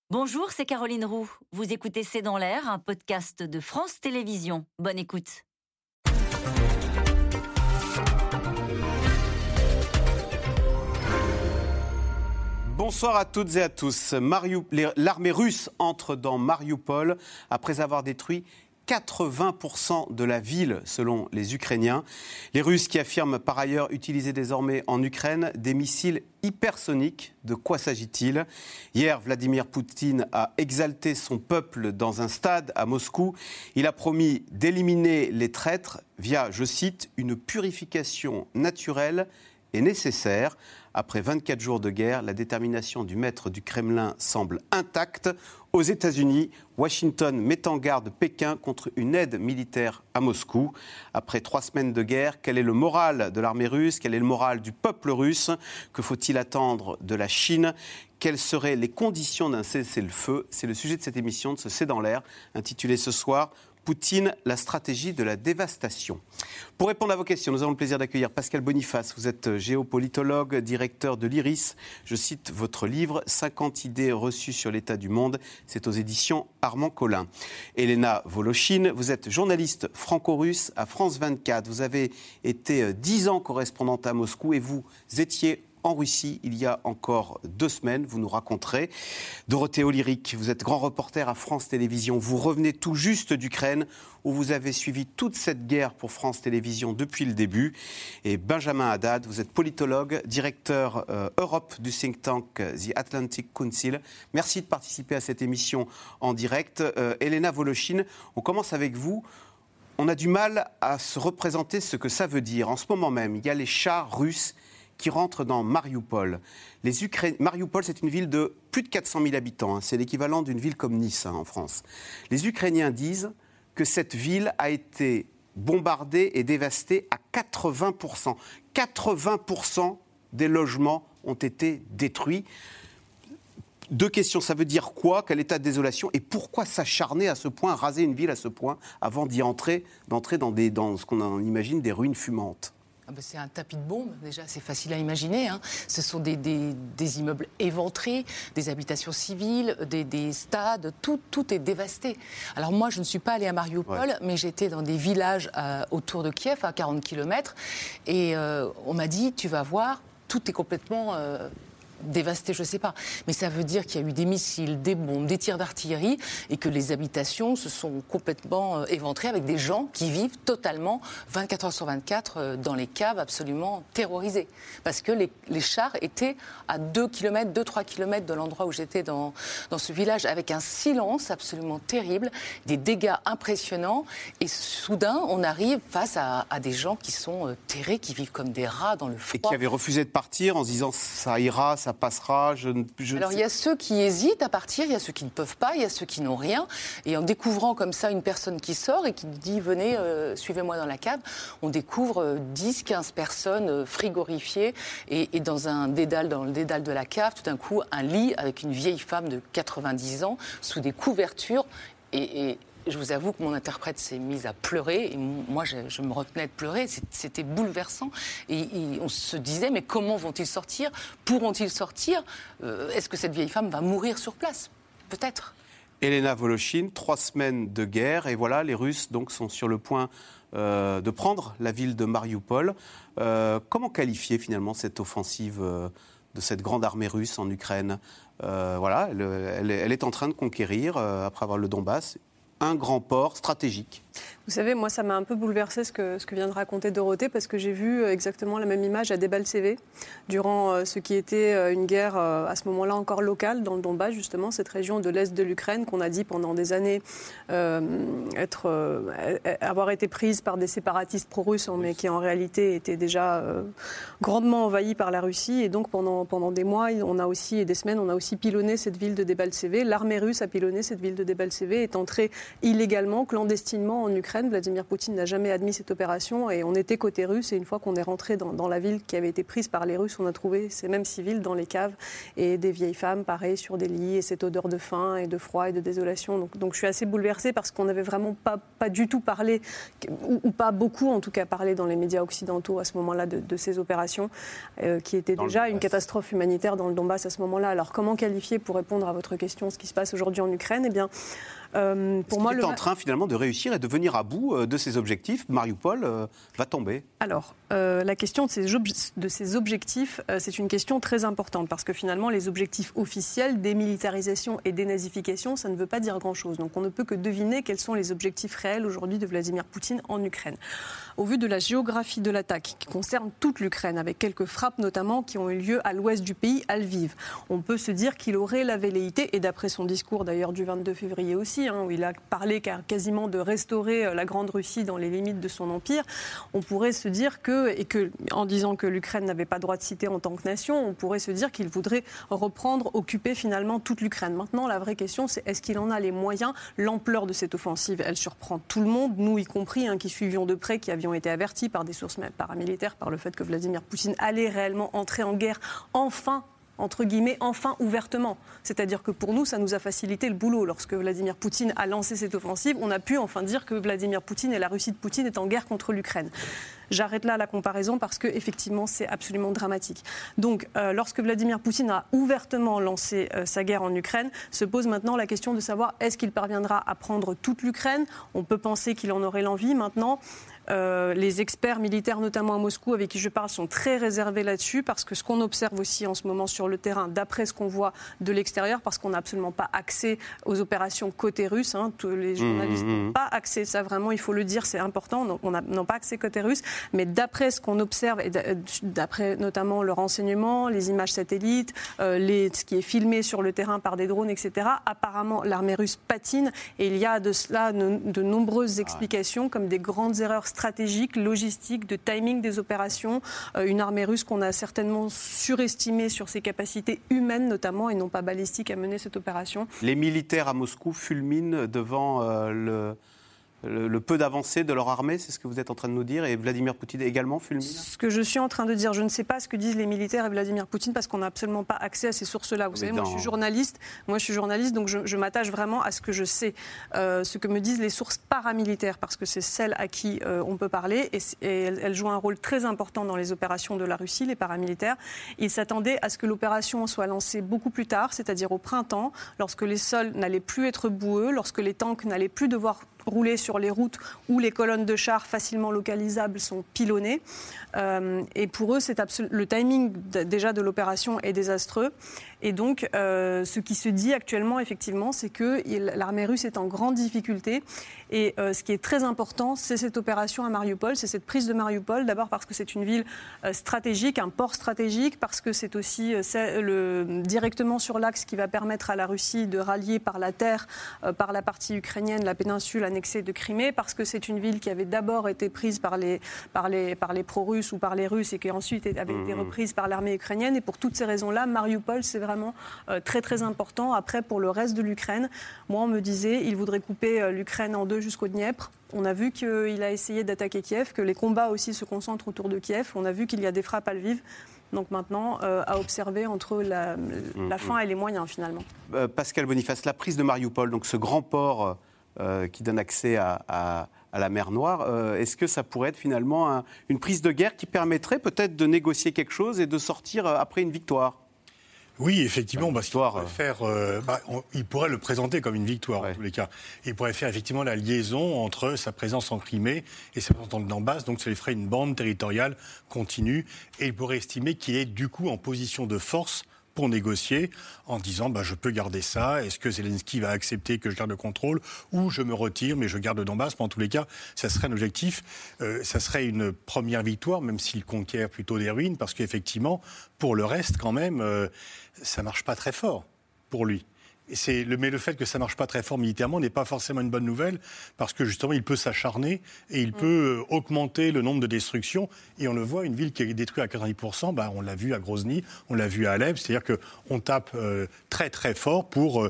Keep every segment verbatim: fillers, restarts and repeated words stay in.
Bonjour, c'est Caroline Roux. Vous écoutez C'est dans l'air, un podcast de France Télévisions. Bonne écoute. Bonsoir à toutes et à tous. Mariu... L'armée russe entre dans Mariupol après avoir détruit quatre-vingts pour cent de la ville, selon les Ukrainiens. Les Russes qui affirment par ailleurs utiliser désormais en Ukraine des missiles hypersoniques. De quoi s'agit-il ? Hier, Vladimir Poutine a exalté son peuple dans un stade à Moscou. Il a promis d'éliminer les traîtres via, je cite, une purification naturelle et nécessaire. Après vingt-quatre jours de guerre, la détermination du maître du Kremlin semble intacte. Aux États-Unis, Washington met en garde Pékin contre une aide militaire à Moscou. Après trois semaines de guerre, quel est le moral de l'armée russe ? Quel est le moral du peuple russe ? Que faut-il attendre de la Chine ? Quelles seraient les conditions d'un cessez-le-feu ? C'est le sujet de cette émission de ce C'est dans l'air, intitulée ce soir Poutine, la stratégie de la dévastation. Pour répondre à vos questions, nous avons le plaisir d'accueillir Pascal Boniface. Vous êtes géopolitologue, directeur de l'I R I S. Je cite votre livre « cinquante idées reçues sur l'état du monde ». C'est aux éditions Armand Collin. Elena Volochine, vous êtes journaliste franco-russe à France vingt-quatre. Vous avez été dix ans correspondante à Moscou et vous étiez en Russie, il y a encore deux semaines, vous nous raconterez. Dorothée Olyric, vous êtes grand reporter à France Télévisions. Vous revenez tout juste d'Ukraine, où vous avez suivi toute cette guerre pour France Télévisions depuis le début. Et Benjamin Haddad, vous êtes politologue, directeur euh, Europe du think tank The Atlantic Council. Merci de participer à cette émission en direct. Euh, Elena Volochine, on commence avec vous. On a du mal à se représenter ce que ça veut dire. En ce moment même, il y a les chars russes qui rentrent dans Mariupol. Les Ukra... Mariupol, c'est une ville de plus de quatre cent mille habitants. Hein. C'est l'équivalent d'une ville comme Nice hein, en France. Les Ukrainiens disent que cette ville a été bombardée et dévastée à quatre-vingts pour cent. quatre-vingts pour cent des logements ont été détruits. Deux questions, ça veut dire quoi ? Quel état de désolation ? Et pourquoi s'acharner à ce point, raser une ville à ce point, avant d'y entrer, d'entrer dans, des, dans ce qu'on en imagine des ruines fumantes ? Ah ben c'est un tapis de bombes, déjà, c'est facile à imaginer. Hein. Ce sont des, des, des immeubles éventrés, des habitations civiles, des, des stades, tout, tout est dévasté. Alors moi, je ne suis pas allée à Mariupol, ouais. mais j'étais dans des villages euh, autour de Kiev, à quarante kilomètres, et euh, on m'a dit, tu vas voir, tout est complètement... Euh, dévasté, je ne sais pas. Mais ça veut dire qu'il y a eu des missiles, des bombes, des tirs d'artillerie et que les habitations se sont complètement éventrées avec des gens qui vivent totalement vingt-quatre heures sur vingt-quatre dans les caves absolument terrorisés. Parce que les, les chars étaient à deux kilomètres, deux à trois kilomètres de l'endroit où j'étais dans, dans ce village avec un silence absolument terrible, des dégâts impressionnants et soudain on arrive face à, à des gens qui sont terrés, qui vivent comme des rats dans le froid. Et qui avaient refusé de partir en se disant ça ira, ça passera, je, je Alors il y a ceux qui hésitent à partir, il y a ceux qui ne peuvent pas, il y a ceux qui n'ont rien. Et en découvrant comme ça une personne qui sort et qui dit venez, euh, suivez-moi dans la cave, on découvre euh, dix, quinze personnes euh, frigorifiées et, et dans un dédale, dans le dédale de la cave, tout d'un coup un lit avec une vieille femme de quatre-vingt-dix ans sous des couvertures et, et je vous avoue que mon interprète s'est mise à pleurer. Et moi, je, je me retenais de pleurer. C'était bouleversant. Et, et on se disait, mais comment vont-ils sortir ? Pourront-ils sortir ? euh, Est-ce que cette vieille femme va mourir sur place ? Peut-être. Elena Volochine, trois semaines de guerre. Et voilà, les Russes donc, sont sur le point euh, de prendre la ville de Mariupol. Euh, comment qualifier finalement cette offensive euh, de cette grande armée russe en Ukraine ? euh, Voilà, elle, elle, elle est en train de conquérir, euh, après avoir le Donbass, un grand port stratégique. Vous savez, moi, ça m'a un peu bouleversé ce que, ce que vient de raconter Dorothée, parce que j'ai vu exactement la même image à Debaltseve, durant euh, ce qui était euh, une guerre euh, à ce moment-là encore locale, dans le Donbass, justement, cette région de l'Est de l'Ukraine, qu'on a dit pendant des années euh, être, euh, avoir été prise par des séparatistes pro-russes, mais qui en réalité étaient déjà euh, grandement envahie par la Russie. Et donc, pendant, pendant des mois, on a aussi, et des semaines, on a aussi pilonné cette ville de Debaltseve. L'armée russe a pilonné cette ville de Debaltseve, est entrée illégalement, clandestinement en Ukraine. Vladimir Poutine n'a jamais admis cette opération et on était côté russe. Et une fois qu'on est rentré dans, dans la ville qui avait été prise par les Russes, on a trouvé ces mêmes civils dans les caves et des vieilles femmes, pareil, sur des lits et cette odeur de faim et de froid et de désolation. Donc, donc je suis assez bouleversée parce qu'on n'avait vraiment pas, pas du tout parlé, ou, ou pas beaucoup en tout cas parlé dans les médias occidentaux à ce moment-là de, de ces opérations, euh, qui étaient dans déjà une catastrophe humanitaire dans le Donbass à ce moment-là. Alors comment qualifier, pour répondre à votre question, ce qui se passe aujourd'hui en Ukraine? Eh bien, Euh, pour moi, est le... en train finalement de réussir et de venir à bout euh, de ses objectifs. Mariupol euh, va tomber. Alors, euh, la question de ces, ob- de ces objectifs, euh, c'est une question très importante parce que finalement, les objectifs officiels, démilitarisation et dénazification, ça ne veut pas dire grand-chose. Donc, on ne peut que deviner quels sont les objectifs réels aujourd'hui de Vladimir Poutine en Ukraine. Au vu de la géographie de l'attaque, qui concerne toute l'Ukraine, avec quelques frappes notamment qui ont eu lieu à l'ouest du pays, à Lviv, on peut se dire qu'il aurait la velléité, et d'après son discours d'ailleurs du vingt-deux février aussi, où il a parlé quasiment de restaurer la Grande Russie dans les limites de son empire, on pourrait se dire que, et que, en disant que l'Ukraine n'avait pas droit de cité en tant que nation, on pourrait se dire qu'il voudrait reprendre, occuper finalement toute l'Ukraine. Maintenant, la vraie question, c'est est-ce qu'il en a les moyens? L'ampleur de cette offensive, elle surprend tout le monde, nous y compris, hein, qui suivions de près, qui avions été avertis par des sources paramilitaires, par le fait que Vladimir Poutine allait réellement entrer en guerre, enfin, entre guillemets, enfin ouvertement. C'est-à-dire que pour nous, ça nous a facilité le boulot. Lorsque Vladimir Poutine a lancé cette offensive, on a pu enfin dire que Vladimir Poutine et la Russie de Poutine est en guerre contre l'Ukraine. J'arrête là la comparaison parce que effectivement, c'est absolument dramatique. Donc, euh, lorsque Vladimir Poutine a ouvertement lancé euh, sa guerre en Ukraine, se pose maintenant la question de savoir est-ce qu'il parviendra à prendre toute l'Ukraine? On peut penser qu'il en aurait l'envie maintenant. Euh, les experts militaires, notamment à Moscou, avec qui je parle, sont très réservés là-dessus, parce que ce qu'on observe aussi en ce moment sur le terrain, d'après ce qu'on voit de l'extérieur, parce qu'on n'a absolument pas accès aux opérations côté russe, hein, tous les journalistes mmh, mmh. n'ont pas accès, ça vraiment, il faut le dire, c'est important, on n'a pas accès côté russe, mais d'après ce qu'on observe, et d'après notamment le renseignement, les images satellites, euh, les, ce qui est filmé sur le terrain par des drones, et cetera, apparemment, l'armée russe patine, et il y a de cela de, de nombreuses explications, comme des grandes erreurs stratégique, logistique, de timing des opérations. Euh, une armée russe qu'on a certainement surestimée sur ses capacités humaines notamment et non pas balistiques à mener cette opération. Les militaires à Moscou fulminent devant euh, le... Le, le peu d'avancée de leur armée, c'est ce que vous êtes en train de nous dire, et Vladimir Poutine également fulmine? Ce que je suis en train de dire, je ne sais pas ce que disent les militaires et Vladimir Poutine parce qu'on n'a absolument pas accès à ces sources-là. Vous Mais savez, dans... moi je suis journaliste, moi je suis journaliste, donc je, je m'attache vraiment à ce que je sais, euh, ce que me disent les sources paramilitaires, parce que c'est celles à qui euh, on peut parler, et, et elles, elles jouent un rôle très important dans les opérations de la Russie, les paramilitaires. Ils s'attendaient à ce que l'opération soit lancée beaucoup plus tard, c'est-à-dire au printemps, lorsque les sols n'allaient plus être boueux, lorsque les tanks n'allaient plus devoir rouler sur les routes où les colonnes de chars facilement localisables sont pilonnées. Euh, et pour eux, c'est absolu- le timing d- déjà de l'opération est désastreux. Et donc, euh, ce qui se dit actuellement, effectivement, c'est que il, l'armée russe est en grande difficulté. Et euh, ce qui est très important, c'est cette opération à Mariupol, c'est cette prise de Mariupol. D'abord parce que c'est une ville euh, stratégique, un port stratégique, parce que c'est aussi euh, c'est le, directement sur l'axe qui va permettre à la Russie de rallier par la terre, euh, par la partie ukrainienne, la péninsule annexée de Crimée, parce que c'est une ville qui avait d'abord été prise par les, par les, par les pro-russes ou par les Russes et qui ensuite avait été reprise par l'armée ukrainienne. Et pour toutes ces raisons-là, Mariupol, c'est vraiment euh, très très important. Après, pour le reste de l'Ukraine, moi on me disait il voudrait couper euh, l'Ukraine en deux jusqu'au Dniepr. On a vu qu'il a essayé d'attaquer Kiev, que les combats aussi se concentrent autour de Kiev. On a vu qu'il y a des frappes à Lviv. Donc maintenant, euh, à observer entre la, la fin et les moyens finalement. Euh, Pascal Boniface, la prise de Mariupol, donc ce grand port euh, qui donne accès à, à, à la mer Noire, euh, est-ce que ça pourrait être finalement un, une prise de guerre qui permettrait peut-être de négocier quelque chose et de sortir après une victoire ? Oui, effectivement, parce qu'il pourrait faire, euh, bah, on, il pourrait le présenter comme une victoire, ouais. En tous les cas. Il pourrait faire effectivement la liaison entre sa présence en Crimée et sa présence dans le Donbass, donc ça lui ferait une bande territoriale continue, et il pourrait estimer qu'il est du coup en position de force pour négocier, en disant bah, je peux garder ça, est-ce que Zelensky va accepter que je garde le contrôle, ou je me retire, mais je garde le Donbass. Mais en tous les cas, ça serait un objectif, euh, ça serait une première victoire, même s'il conquiert plutôt des ruines, parce qu'effectivement, pour le reste, quand même, euh, ça ne marche pas très fort pour lui. Et c'est le, mais le fait que ça ne marche pas très fort militairement n'est pas forcément une bonne nouvelle, parce que justement, il peut s'acharner et il mmh. peut euh, augmenter le nombre de destructions. Et on le voit, une ville qui est détruite à quatre-vingt-dix pour cent, bah, on l'a vu à Grozny, on l'a vu à Alep, c'est-à-dire qu'on tape euh, très très fort pour... Euh,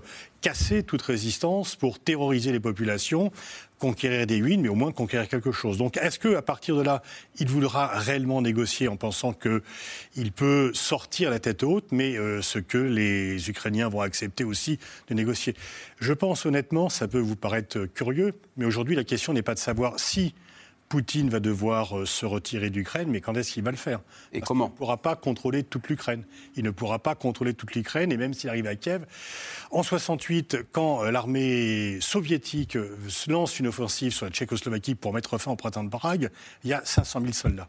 casser toute résistance, pour terroriser les populations, conquérir des ruines, mais au moins conquérir quelque chose. Donc est-ce qu'à partir de là, il voudra réellement négocier en pensant qu'il peut sortir la tête haute, mais euh, ce que les Ukrainiens vont accepter aussi de négocier? Je pense honnêtement, ça peut vous paraître curieux, mais aujourd'hui la question n'est pas de savoir si Poutine va devoir se retirer d'Ukraine, mais quand est-ce qu'il va le faire? Et Parce comment? Il ne pourra pas contrôler toute l'Ukraine. Il ne pourra pas contrôler toute l'Ukraine, et même s'il arrive à Kiev. En soixante-huit, quand l'armée soviétique lance une offensive sur la Tchécoslovaquie pour mettre fin au printemps de Prague, il y a cinq cent mille soldats.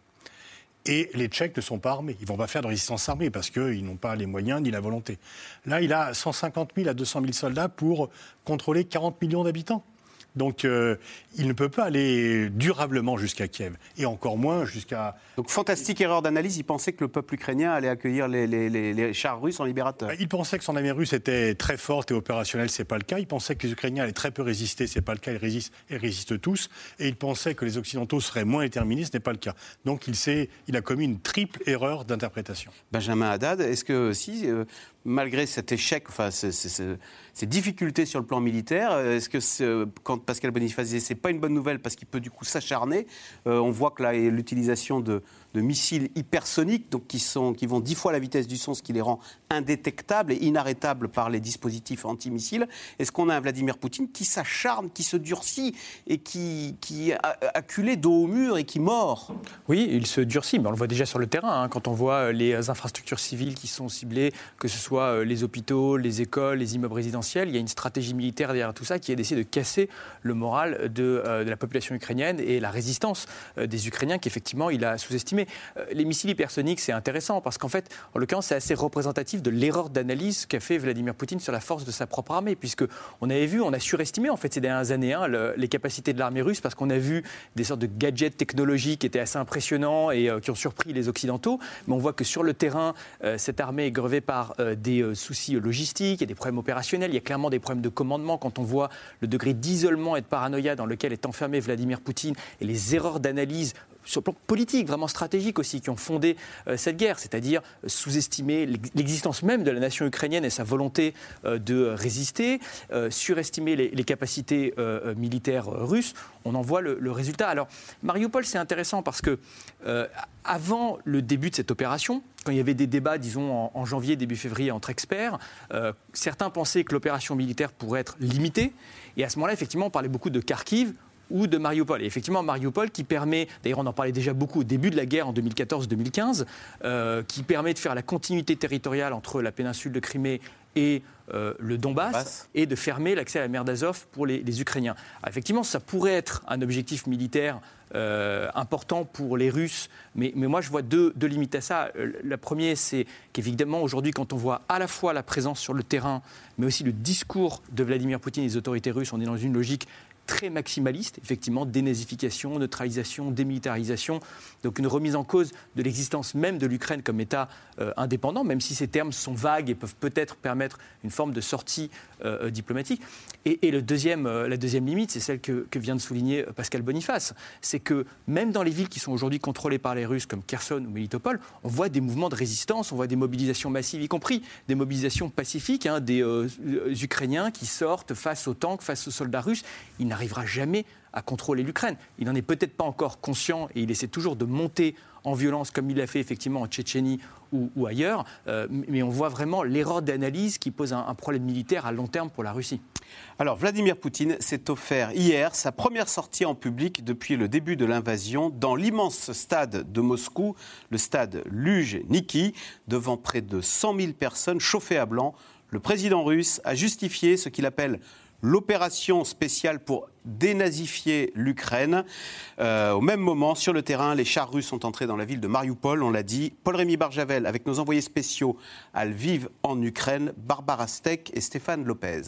Et les Tchèques ne sont pas armés. Ils ne vont pas faire de résistance armée parce qu'ils n'ont pas les moyens ni la volonté. Là, il a cent cinquante mille à deux cent mille soldats pour contrôler quarante millions d'habitants. Donc, euh, il ne peut pas aller durablement jusqu'à Kiev, et encore moins jusqu'à... Donc, fantastique erreur d'analyse, il pensait que le peuple ukrainien allait accueillir les, les, les, les chars russes en libérateurs. Il pensait que son armée russe était très forte et opérationnelle, c'est pas le cas. Il pensait que les Ukrainiens allaient très peu résister, c'est pas le cas, ils résistent et résistent tous. Et il pensait que les Occidentaux seraient moins déterminés, ce n'est pas le cas. Donc, il, s'est, il a commis une triple erreur d'interprétation. Benjamin Haddad, est-ce que si... Euh, malgré cet échec, enfin, ces, ces, ces difficultés sur le plan militaire, est-ce que c'est, quand Pascal Boniface disait c'est pas une bonne nouvelle parce qu'il peut du coup s'acharner, euh, on voit que là, l'utilisation de, de missiles hypersoniques, donc qui, sont, qui vont dix fois la vitesse du son, ce qui les rend indétectables et inarrêtables par les dispositifs antimissiles. Est-ce qu'on a un Vladimir Poutine qui s'acharne, qui se durcit et qui, qui est acculé dos au mur et qui mord? Oui, il se durcit, mais on le voit déjà sur le terrain, hein, quand on voit les infrastructures civiles qui sont ciblées, que ce soit les hôpitaux, les écoles, les immeubles résidentiels. Il y a une stratégie militaire derrière tout ça qui est d'essayer de casser le moral de, euh, de la population ukrainienne et la résistance euh, des Ukrainiens qu'effectivement il a sous-estimé. Euh, les missiles hypersoniques, c'est intéressant parce qu'en fait, en l'occurrence, c'est assez représentatif de l'erreur d'analyse qu'a fait Vladimir Poutine sur la force de sa propre armée, puisque on avait vu, on a surestimé en fait ces dernières années hein, le, les capacités de l'armée russe parce qu'on a vu des sortes de gadgets technologiques qui étaient assez impressionnants et euh, qui ont surpris les Occidentaux. Mais on voit que sur le terrain, euh, cette armée est grevée par euh, des euh, soucis logistiques, il y a des problèmes opérationnels, il y a clairement des problèmes de commandement quand on voit le degré d'isolement et de paranoïa dans lequel est enfermé Vladimir Poutine et les erreurs d'analyse sur le plan politique, vraiment stratégique aussi, qui ont fondé euh, cette guerre, c'est-à-dire euh, sous-estimer l'existence même de la nation ukrainienne et sa volonté euh, de résister, euh, surestimer les, les capacités euh, militaires euh, russes. On en voit le, le résultat. Alors, Mariupol, c'est intéressant parce que euh, avant le début de cette opération, quand il y avait des débats, disons, en, en janvier, début février, entre experts, euh, certains pensaient que l'opération militaire pourrait être limitée. Et à ce moment-là, effectivement, on parlait beaucoup de Kharkiv ou de Mariupol. Et effectivement, Mariupol qui permet, d'ailleurs on en parlait déjà beaucoup au début de la guerre en deux mille quatorze deux mille quinze, euh, qui permet de faire la continuité territoriale entre la péninsule de Crimée et euh, le Donbass, Donbass, et de fermer l'accès à la mer d'Azov pour les, les Ukrainiens. Alors, effectivement, ça pourrait être un objectif militaire euh, important pour les Russes, mais, mais moi je vois deux, deux limites à ça. La première, c'est qu'évidemment aujourd'hui, quand on voit à la fois la présence sur le terrain, mais aussi le discours de Vladimir Poutine et des autorités russes, on est dans une logique très maximaliste, effectivement, dénazification, neutralisation, démilitarisation, donc une remise en cause de l'existence même de l'Ukraine comme État euh, indépendant, même si ces termes sont vagues et peuvent peut-être permettre une forme de sortie euh, diplomatique. Et, et le deuxième, euh, la deuxième limite, c'est celle que, que vient de souligner Pascal Boniface, c'est que même dans les villes qui sont aujourd'hui contrôlées par les Russes, comme Kherson ou Melitopol, on voit des mouvements de résistance, on voit des mobilisations massives, y compris des mobilisations pacifiques, hein, des euh, Ukrainiens qui sortent face aux tanks, face aux soldats russes. Il n'arrivera jamais à contrôler l'Ukraine. Il n'en est peut-être pas encore conscient et il essaie toujours de monter en violence comme il l'a fait effectivement en Tchétchénie ou, ou ailleurs. Euh, mais on voit vraiment l'erreur d'analyse qui pose un, un problème militaire à long terme pour la Russie. Alors Vladimir Poutine s'est offert hier sa première sortie en public depuis le début de l'invasion dans l'immense stade de Moscou, le stade Luzhniki, devant près de cent mille personnes chauffées à blanc. Le président russe a justifié ce qu'il appelle l'opération spéciale pour dénazifier l'Ukraine. Euh, au même moment, sur le terrain, les chars russes sont entrés dans la ville de Mariupol, on l'a dit. Paul-Rémy Barjavel, avec nos envoyés spéciaux à Lviv en Ukraine, Barbara Steck et Stéphane Lopez.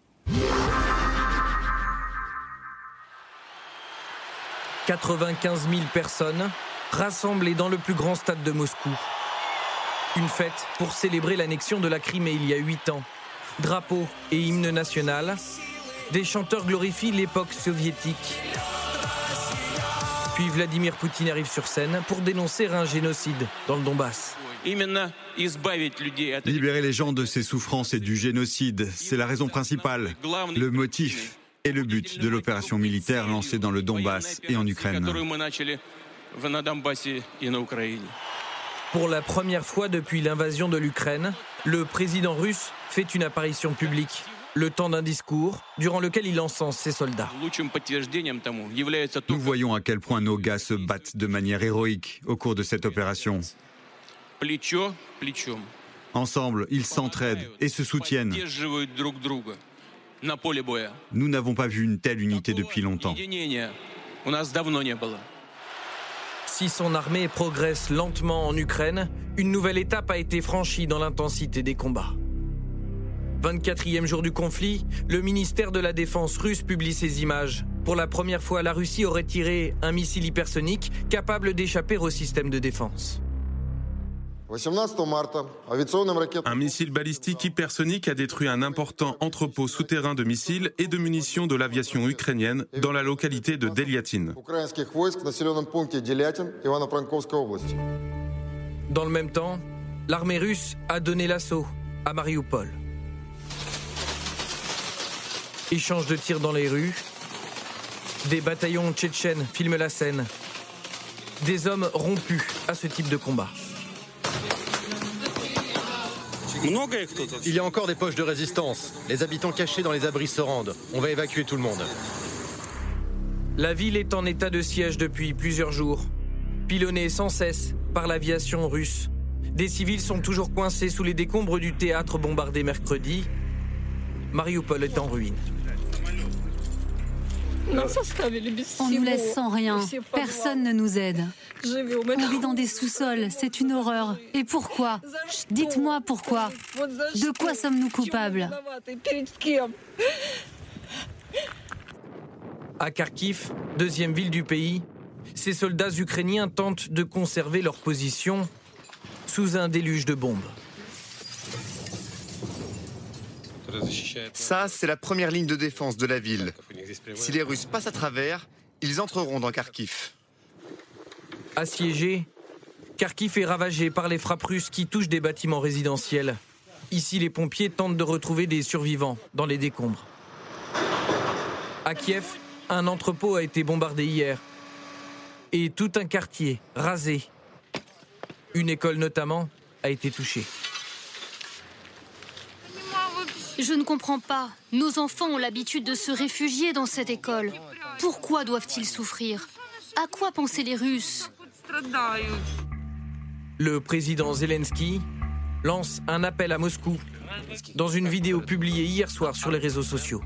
quatre-vingt-quinze mille personnes rassemblées dans le plus grand stade de Moscou. Une fête pour célébrer l'annexion de la Crimée il y a huit ans. Drapeau et hymne national, des chanteurs glorifient l'époque soviétique. Puis Vladimir Poutine arrive sur scène pour dénoncer un génocide dans le Donbass. Libérer les gens de ces souffrances et du génocide, c'est la raison principale, le motif et le but de l'opération militaire lancée dans le Donbass et en Ukraine. Pour la première fois depuis l'invasion de l'Ukraine, le président russe fait une apparition publique, le temps d'un discours durant lequel il encense ses soldats. Nous voyons à quel point nos gars se battent de manière héroïque au cours de cette opération. Ensemble, ils s'entraident et se soutiennent. Nous n'avons pas vu une telle unité depuis longtemps. Si son armée progresse lentement en Ukraine, une nouvelle étape a été franchie dans l'intensité des combats. vingt-quatrième jour du conflit, le ministère de la Défense russe publie ces images. Pour la première fois, la Russie aurait tiré un missile hypersonique capable d'échapper au système de défense. Un missile balistique hypersonique a détruit un important entrepôt souterrain de missiles et de munitions de l'aviation ukrainienne dans la localité de Deliatine. Dans le même temps, l'armée russe a donné l'assaut à Marioupol. Échange de tirs dans les rues. Des bataillons tchétchènes filment la scène. Des hommes rompus à ce type de combat. Il y a encore des poches de résistance. Les habitants cachés dans les abris se rendent. On va évacuer tout le monde. La ville est en état de siège depuis plusieurs jours, pilonnée sans cesse par l'aviation russe. Des civils sont toujours coincés sous les décombres du théâtre bombardé mercredi. Marioupol est en ruine. On nous laisse sans rien. Personne ne nous aide. On vit dans des sous-sols. C'est une horreur. Et pourquoi? Dites-moi pourquoi. De quoi sommes-nous coupables? À Kharkiv, deuxième ville du pays, ces soldats ukrainiens tentent de conserver leur position sous un déluge de bombes. Ça, c'est la première ligne de défense de la ville. Si les Russes passent à travers, ils entreront dans Kharkiv. Assiégé, Kharkiv est ravagé par les frappes russes qui touchent des bâtiments résidentiels. Ici, les pompiers tentent de retrouver des survivants dans les décombres. À Kiev, un entrepôt a été bombardé hier. Et tout un quartier rasé. Une école notamment a été touchée. Je ne comprends pas. Nos enfants ont l'habitude de se réfugier dans cette école. Pourquoi doivent-ils souffrir? À quoi pensaient les Russes? Le président Zelensky lance un appel à Moscou dans une vidéo publiée hier soir sur les réseaux sociaux.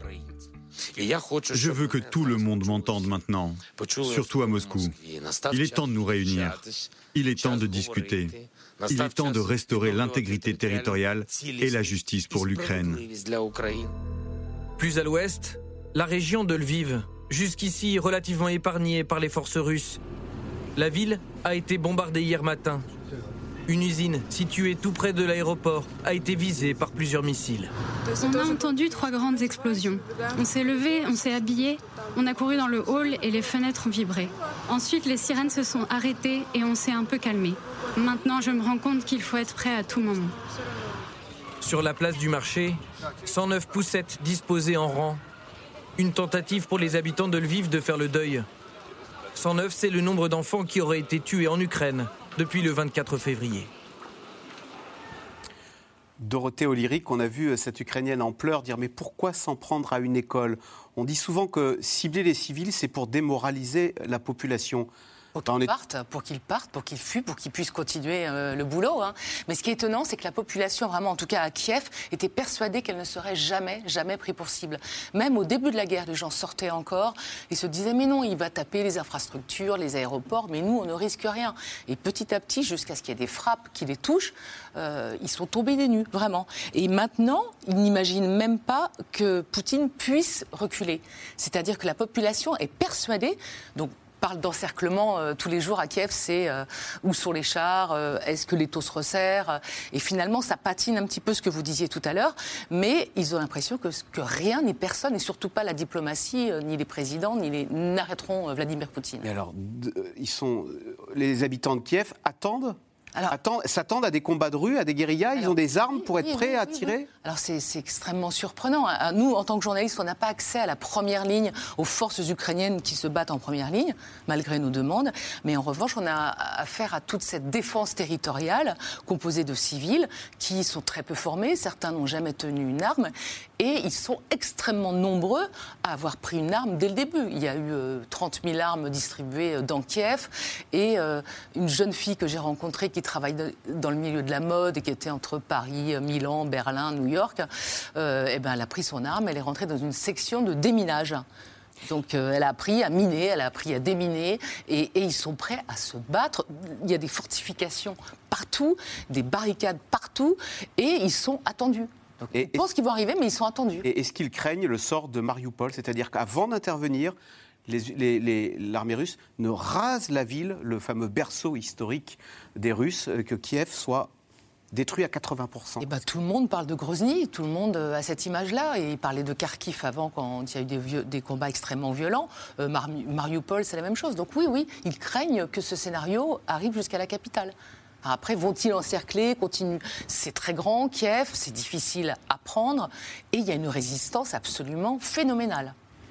Je veux que tout le monde m'entende maintenant, surtout à Moscou. Il est temps de nous réunir. Il est temps de discuter. Il est temps de restaurer l'intégrité territoriale et la justice pour l'Ukraine. Plus à l'ouest, la région de Lviv, jusqu'ici relativement épargnée par les forces russes. La ville a été bombardée hier matin. Une usine située tout près de l'aéroport a été visée par plusieurs missiles. On a entendu trois grandes explosions. On s'est levé, on s'est habillé, on a couru dans le hall et les fenêtres ont vibré. Ensuite, les sirènes se sont arrêtées et on s'est un peu calmé. Maintenant, je me rends compte qu'il faut être prêt à tout moment. Sur la place du marché, cent neuf poussettes disposées en rang. Une tentative pour les habitants de Lviv de faire le deuil. cent neuf, c'est le nombre d'enfants qui auraient été tués en Ukraine depuis le vingt-quatre février. Dorothée Olyric, on a vu cette Ukrainienne en pleurs dire « Mais pourquoi s'en prendre à une école ?» On dit souvent que cibler les civils, c'est pour démoraliser la population. Pour qu'ils partent, pour qu'ils partent, pour qu'ils fuient, pour qu'ils puissent continuer euh, le boulot. Hein. Mais ce qui est étonnant, c'est que la population, vraiment, en tout cas à Kiev, était persuadée qu'elle ne serait jamais, jamais prise pour cible. Même au début de la guerre, les gens sortaient encore et se disaient « Mais non, il va taper les infrastructures, les aéroports, mais nous, on ne risque rien. » Et petit à petit, jusqu'à ce qu'il y ait des frappes qui les touchent, euh, ils sont tombés des nues, vraiment. Et maintenant, ils n'imaginent même pas que Poutine puisse reculer. C'est-à-dire que la population est persuadée, donc parle d'encerclement euh, tous les jours à Kiev, c'est euh, où sont les chars, euh, est-ce que les taux se resserrent, et finalement ça patine un petit peu ce que vous disiez tout à l'heure, mais ils ont l'impression que, que rien ni personne, et surtout pas la diplomatie, euh, ni les présidents, ni les n'arrêteront euh, Vladimir Poutine. Et alors, de, ils sont, les habitants de Kiev attendent ? Alors, Attends, s'attendent à des combats de rue, à des guérillas. Alors, ils ont des armes oui, pour être oui, prêts oui, à oui, tirer oui. Alors c'est, c'est extrêmement surprenant. Nous, en tant que journalistes, on n'a pas accès à la première ligne, aux forces ukrainiennes qui se battent en première ligne, malgré nos demandes. Mais en revanche, on a affaire à toute cette défense territoriale composée de civils qui sont très peu formés. Certains n'ont jamais tenu une arme. Et ils sont extrêmement nombreux à avoir pris une arme dès le début. Il y a eu euh, trente mille armes distribuées dans Kiev. Et euh, une jeune fille que j'ai rencontrée qui travaille de, dans le milieu de la mode et qui était entre Paris, Milan, Berlin, New York, euh, et ben, elle a pris son arme, elle est rentrée dans une section de déminage. Donc euh, elle a appris à miner, elle a appris à déminer et, et ils sont prêts à se battre. Il y a des fortifications partout, des barricades partout et ils sont attendus. Donc, et, ils pensent qu'ils vont arriver, mais ils sont attendus. Et est-ce qu'ils craignent le sort de Mariupol ? C'est-à-dire qu'avant d'intervenir, les, les, les, l'armée russe ne rase la ville, le fameux berceau historique des Russes, que Kiev soit détruit à quatre-vingts pour cent. Et ben, tout le monde parle de Grozny, tout le monde a cette image-là. Et il parlait de Kharkiv avant, quand il y a eu des, vieux, des combats extrêmement violents. Euh, Mar- Mariupol, c'est la même chose. Donc oui, oui, ils craignent que ce scénario arrive jusqu'à la capitale. Après, vont-ils encercler, continuent. C'est très grand, Kiev, c'est difficile à prendre, et il y a une résistance absolument phénoménale.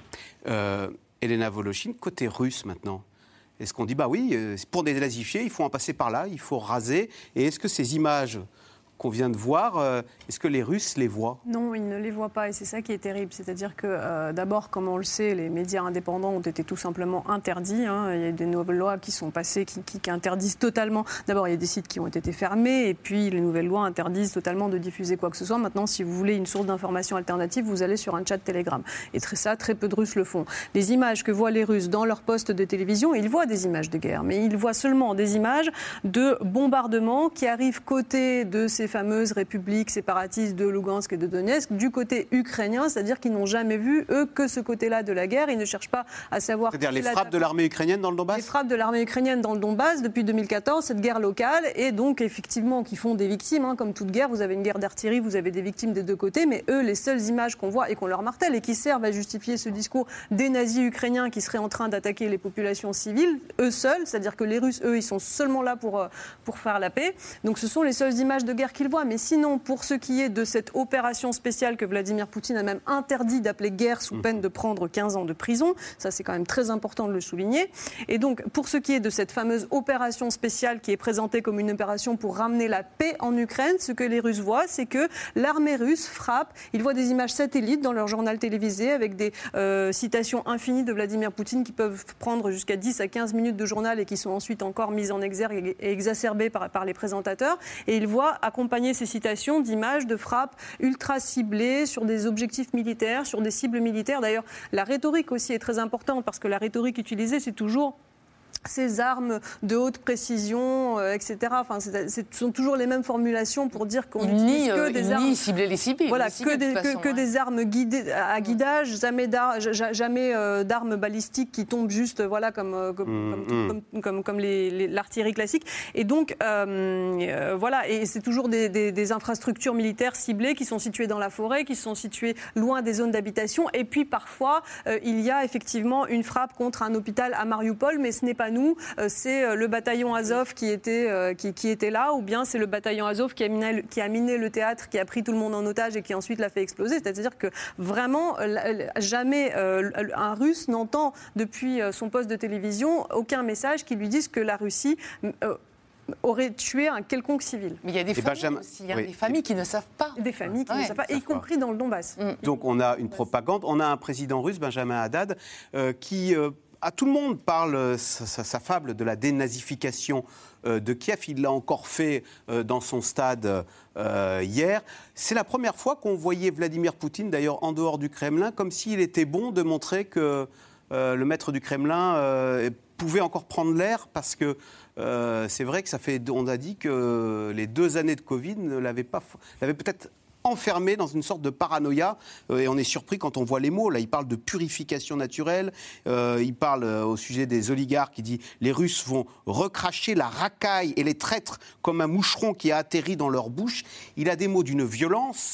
Euh, Elena Voloshin, côté russe maintenant, est-ce qu'on dit, bah oui, pour dénazifier, il faut en passer par là, il faut raser, et est-ce que ces images qu'on vient de voir, euh, est-ce que les Russes les voient ? Non, ils ne les voient pas et c'est ça qui est terrible. C'est-à-dire que euh, d'abord, comme on le sait, les médias indépendants ont été tout simplement interdits. Hein. Il y a des nouvelles lois qui sont passées qui, qui, qui interdisent totalement. D'abord, il y a des sites qui ont été fermés et puis les nouvelles lois interdisent totalement de diffuser quoi que ce soit. Maintenant, si vous voulez une source d'information alternative, vous allez sur un chat Telegram. Et très, ça, très peu de Russes le font. Les images que voient les Russes dans leurs postes de télévision, ils voient des images de guerre, mais ils voient seulement des images de bombardements qui arrivent côté de ces fameuses républiques séparatistes de Lugansk et de Donetsk, du côté ukrainien, c'est-à-dire qu'ils n'ont jamais vu, eux, que ce côté-là de la guerre. Ils ne cherchent pas à savoir... C'est-à-dire les frappes de l'armée ukrainienne dans le Donbass ? Les frappes de l'armée ukrainienne dans le Donbass depuis deux mille quatorze, cette guerre locale, et donc effectivement qui font des victimes, hein, comme toute guerre, vous avez une guerre d'artillerie, vous avez des victimes des deux côtés, mais eux, les seules images qu'on voit et qu'on leur martèle et qui servent à justifier ce discours des nazis ukrainiens qui seraient en train d'attaquer les populations civiles, eux seuls, c'est-à-dire que les Russes, eux, ils sont seulement là pour, pour faire la paix. Donc ce sont les seules images de guerre qu'ils voient, mais sinon, pour ce qui est de cette opération spéciale que Vladimir Poutine a même interdit d'appeler guerre sous peine de prendre quinze ans de prison, ça c'est quand même très important de le souligner. Et donc pour ce qui est de cette fameuse opération spéciale qui est présentée comme une opération pour ramener la paix en Ukraine, ce que les Russes voient, c'est que l'armée russe frappe, ils voient des images satellites dans leur journal télévisé avec des euh, citations infinies de Vladimir Poutine qui peuvent prendre jusqu'à dix à quinze minutes de journal et qui sont ensuite encore mises en exergue et exacerbées par, par les présentateurs. Et ils voient accompagner ces citations d'images de frappes ultra ciblées sur des objectifs militaires, sur des cibles militaires. D'ailleurs, la rhétorique aussi est très importante parce que la rhétorique utilisée, c'est toujours ces armes de haute précision, euh, et cetera. Enfin, c'est, c'est, ce sont toujours les mêmes formulations pour dire qu'on n'utilise que des armes... Ni cibler les civils. Voilà, les civils, que, des, de façon, que, que hein. des armes guidées, à guidage, jamais, d'ar, jamais euh, d'armes balistiques qui tombent juste voilà, comme, comme, mmh, comme, mmh. comme, comme, comme les, les, l'artillerie classique. Et donc, euh, euh, voilà, et c'est toujours des, des, des infrastructures militaires ciblées qui sont situées dans la forêt, qui sont situées loin des zones d'habitation. Et puis, parfois, euh, il y a effectivement une frappe contre un hôpital à Mariupol, mais ce n'est pas nous, euh, c'est le bataillon Azov qui était, euh, qui, qui était là, ou bien c'est le bataillon Azov qui a, miné, qui a miné le théâtre, qui a pris tout le monde en otage et qui ensuite l'a fait exploser. C'est-à-dire que vraiment, jamais euh, un Russe n'entend depuis son poste de télévision aucun message qui lui dise que la Russie... Euh, aurait tué un quelconque civil. Mais il y a des familles Benjamin, aussi, il y a oui. des familles qui ne savent pas. Des familles qui ouais, ne savent pas, y compris dans le Donbass. Mm. Donc on a une propagande, on a un président russe, Benjamin Haddad, euh, qui... Euh, à tout le monde parle sa, sa fable de la dénazification euh, de Kiev. Il l'a encore fait euh, dans son stade euh, hier. C'est la première fois qu'on voyait Vladimir Poutine, d'ailleurs en dehors du Kremlin, comme s'il était bon de montrer que euh, le maître du Kremlin euh, pouvait encore prendre l'air, parce que euh, c'est vrai que ça fait, on a dit que les deux années de Covid ne l'avaient pas, l'avaient peut-être enfermé dans une sorte de paranoïa, euh, et on est surpris quand on voit les mots. Là, il parle de purification naturelle, euh, il parle euh, au sujet des oligarques, il dit « Les Russes vont recracher la racaille et les traîtres comme un moucheron qui a atterri dans leur bouche ». Il a des mots d'une violence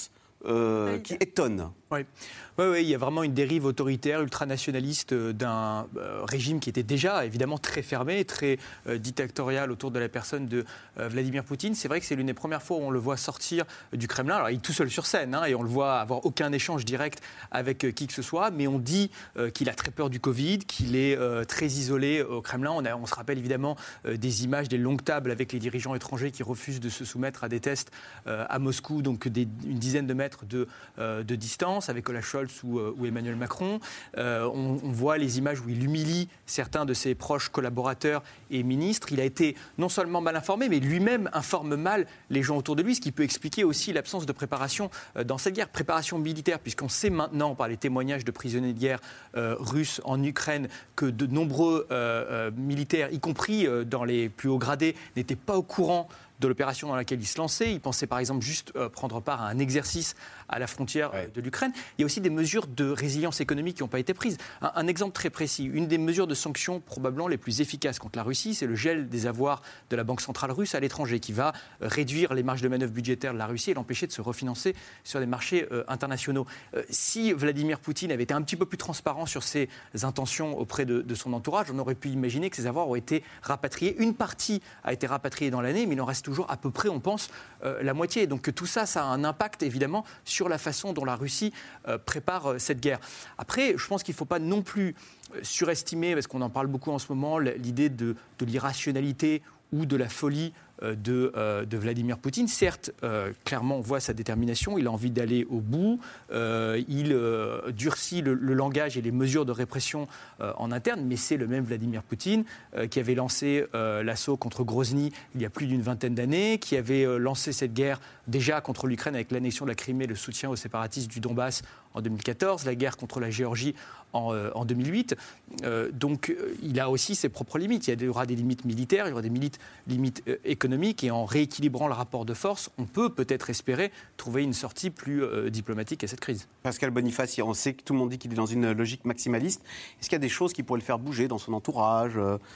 euh, qui étonne. Oui. Oui, oui, il y a vraiment une dérive autoritaire, ultranationaliste d'un euh, régime qui était déjà évidemment très fermé, très euh, dictatorial autour de la personne de euh, Vladimir Poutine. C'est vrai que c'est l'une des premières fois où on le voit sortir du Kremlin. Alors il est tout seul sur scène hein, et on le voit avoir aucun échange direct avec euh, qui que ce soit, mais on dit euh, qu'il a très peur du Covid, qu'il est euh, très isolé au Kremlin. On, a, on se rappelle évidemment euh, des images des longues tables avec les dirigeants étrangers qui refusent de se soumettre à des tests euh, à Moscou, donc des, une dizaine de mètres de, euh, de distance, avec Olaf Scholz ou, ou Emmanuel Macron. Euh, on, on voit les images où il humilie certains de ses proches collaborateurs et ministres. Il a été non seulement mal informé, mais lui-même informe mal les gens autour de lui, ce qui peut expliquer aussi l'absence de préparation dans cette guerre. Préparation militaire, puisqu'on sait maintenant par les témoignages de prisonniers de guerre euh, russes en Ukraine que de nombreux euh, euh, militaires, y compris euh, dans les plus hauts gradés, n'étaient pas au courant de l'opération dans laquelle il se lançait. Il pensait par exemple juste euh, prendre part à un exercice à la frontière ouais. de l'Ukraine. Il y a aussi des mesures de résilience économique qui n'ont pas été prises. Un, un exemple très précis, une des mesures de sanctions probablement les plus efficaces contre la Russie, c'est le gel des avoirs de la Banque centrale russe à l'étranger, qui va réduire les marges de manœuvre budgétaires de la Russie et l'empêcher de se refinancer sur des marchés euh, internationaux. Euh, si Vladimir Poutine avait été un petit peu plus transparent sur ses intentions auprès de, de son entourage, on aurait pu imaginer que ces avoirs auraient été rapatriés. Une partie a été rapatriée dans l'année, mais il en reste toujours à peu près, on pense, euh, la moitié. Donc tout ça, ça a un impact évidemment sur la façon dont la Russie euh, prépare euh, cette guerre. Après, je pense qu'il ne faut pas non plus surestimer, parce qu'on en parle beaucoup en ce moment, l'idée de, de l'irrationalité ou de la folie de, euh, de Vladimir Poutine. Certes, euh, clairement, on voit sa détermination, il a envie d'aller au bout, euh, il euh, durcit le, le langage et les mesures de répression euh, en interne, mais c'est le même Vladimir Poutine euh, qui avait lancé euh, l'assaut contre Grozny il y a plus d'une vingtaine d'années, qui avait euh, lancé cette guerre déjà contre l'Ukraine avec l'annexion de la Crimée, le soutien aux séparatistes du Donbass en deux mille quatorze, la guerre contre la Géorgie en, euh, en deux mille huit. Euh, donc euh, il a aussi ses propres limites. Il y aura des limites militaires, il y aura des limites, limites euh, économiques, et en rééquilibrant le rapport de force, on peut peut-être espérer trouver une sortie plus euh, diplomatique à cette crise. Pascal Boniface, on sait que tout le monde dit qu'il est dans une logique maximaliste. Est-ce qu'il y a des choses qui pourraient le faire bouger dans son entourage ?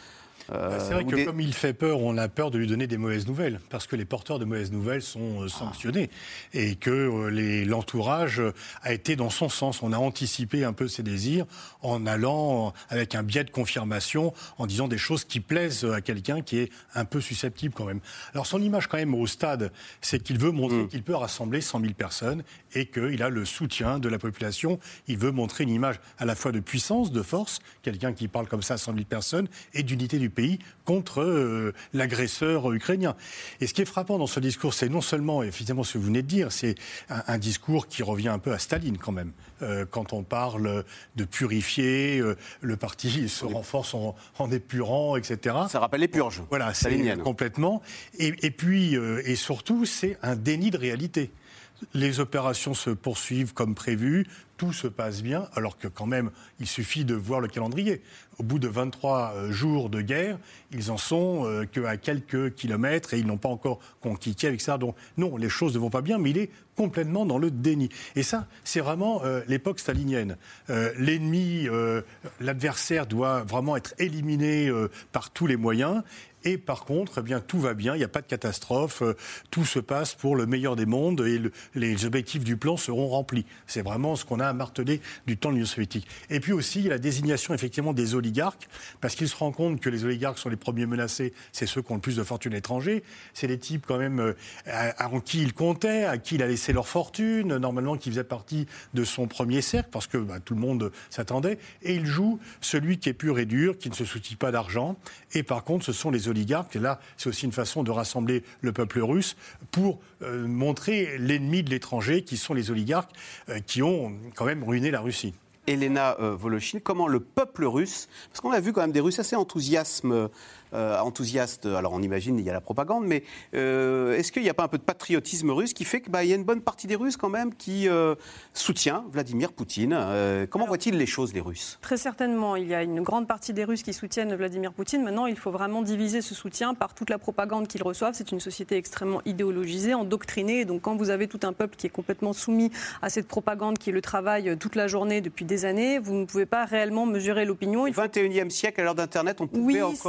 Euh, c'est vrai que des... comme il fait peur, on a peur de lui donner des mauvaises nouvelles, parce que les porteurs de mauvaises nouvelles sont euh, sanctionnés, ah. et que euh, les, l'entourage a été dans son sens. On a anticipé un peu ses désirs en allant avec un biais de confirmation, en disant des choses qui plaisent à quelqu'un qui est un peu susceptible quand même. Alors son image quand même au stade, c'est qu'il veut montrer mmh. qu'il peut rassembler cent mille personnes et qu'il a le soutien de la population. Il veut montrer une image à la fois de puissance, de force, quelqu'un qui parle comme ça à cent mille personnes, et d'unité du pays contre euh, l'agresseur ukrainien. Et ce qui est frappant dans ce discours, c'est non seulement, effectivement, ce que vous venez de dire, c'est un, un discours qui revient un peu à Staline quand même. Euh, quand on parle de purifier, euh, le parti se renforce en, en épurant, et cetera. Ça rappelle les purges. Voilà, c'est complètement. Et, et puis, euh, et surtout, c'est un déni de réalité. Les opérations se poursuivent comme prévu, tout se passe bien, alors que quand même, il suffit de voir le calendrier. Au bout de vingt-trois jours de guerre, ils en sont euh, qu'à quelques kilomètres et ils n'ont pas encore conquis Kiev, et cetera. Donc non, les choses ne vont pas bien, mais il est complètement dans le déni. Et ça, c'est vraiment euh, l'époque stalinienne. Euh, l'ennemi, euh, l'adversaire doit vraiment être éliminé euh, par tous les moyens. Et par contre, eh bien, tout va bien, il n'y a pas de catastrophe, euh, tout se passe pour le meilleur des mondes et le, les objectifs du plan seront remplis. C'est vraiment ce qu'on a martelé du temps de l'Union soviétique. Et puis aussi, il y a la désignation effectivement des oligarques, parce qu'il se rend compte que les oligarques sont les premiers menacés, c'est ceux qui ont le plus de fortune étrangère. C'est les types quand même euh, en qui il comptait, à qui il a laissé leur fortune, normalement qui faisaient partie de son premier cercle, parce que bah, tout le monde s'attendait. Et il joue celui qui est pur et dur, qui ne se soucie pas d'argent. Et par contre, ce sont les oligarques. Et là, c'est aussi une façon de rassembler le peuple russe pour euh, montrer l'ennemi de l'étranger, qui sont les oligarques, euh, qui ont quand même ruiné la Russie. Elena euh, Voloshin, comment le peuple russe, parce qu'on a vu quand même des Russes assez enthousiastes, euh, enthousiastes, alors on imagine il y a la propagande, mais euh, est-ce qu'il n'y a pas un peu de patriotisme russe qui fait qu'il bah, y a une bonne partie des Russes quand même qui euh, soutient Vladimir Poutine euh, Comment voient-ils les choses, les Russes ? Très certainement, il y a une grande partie des Russes qui soutiennent Vladimir Poutine. Maintenant, il faut vraiment diviser ce soutien par toute la propagande qu'ils reçoivent. C'est une société extrêmement idéologisée, endoctrinée. Donc quand vous avez tout un peuple qui est complètement soumis à cette propagande, qui est le travail toute la journée depuis des années, vous ne pouvez pas réellement mesurer l'opinion. Au vingt et unième siècle, à l'heure d'Internet, on pouvait oui, encore... Oui, ça paraît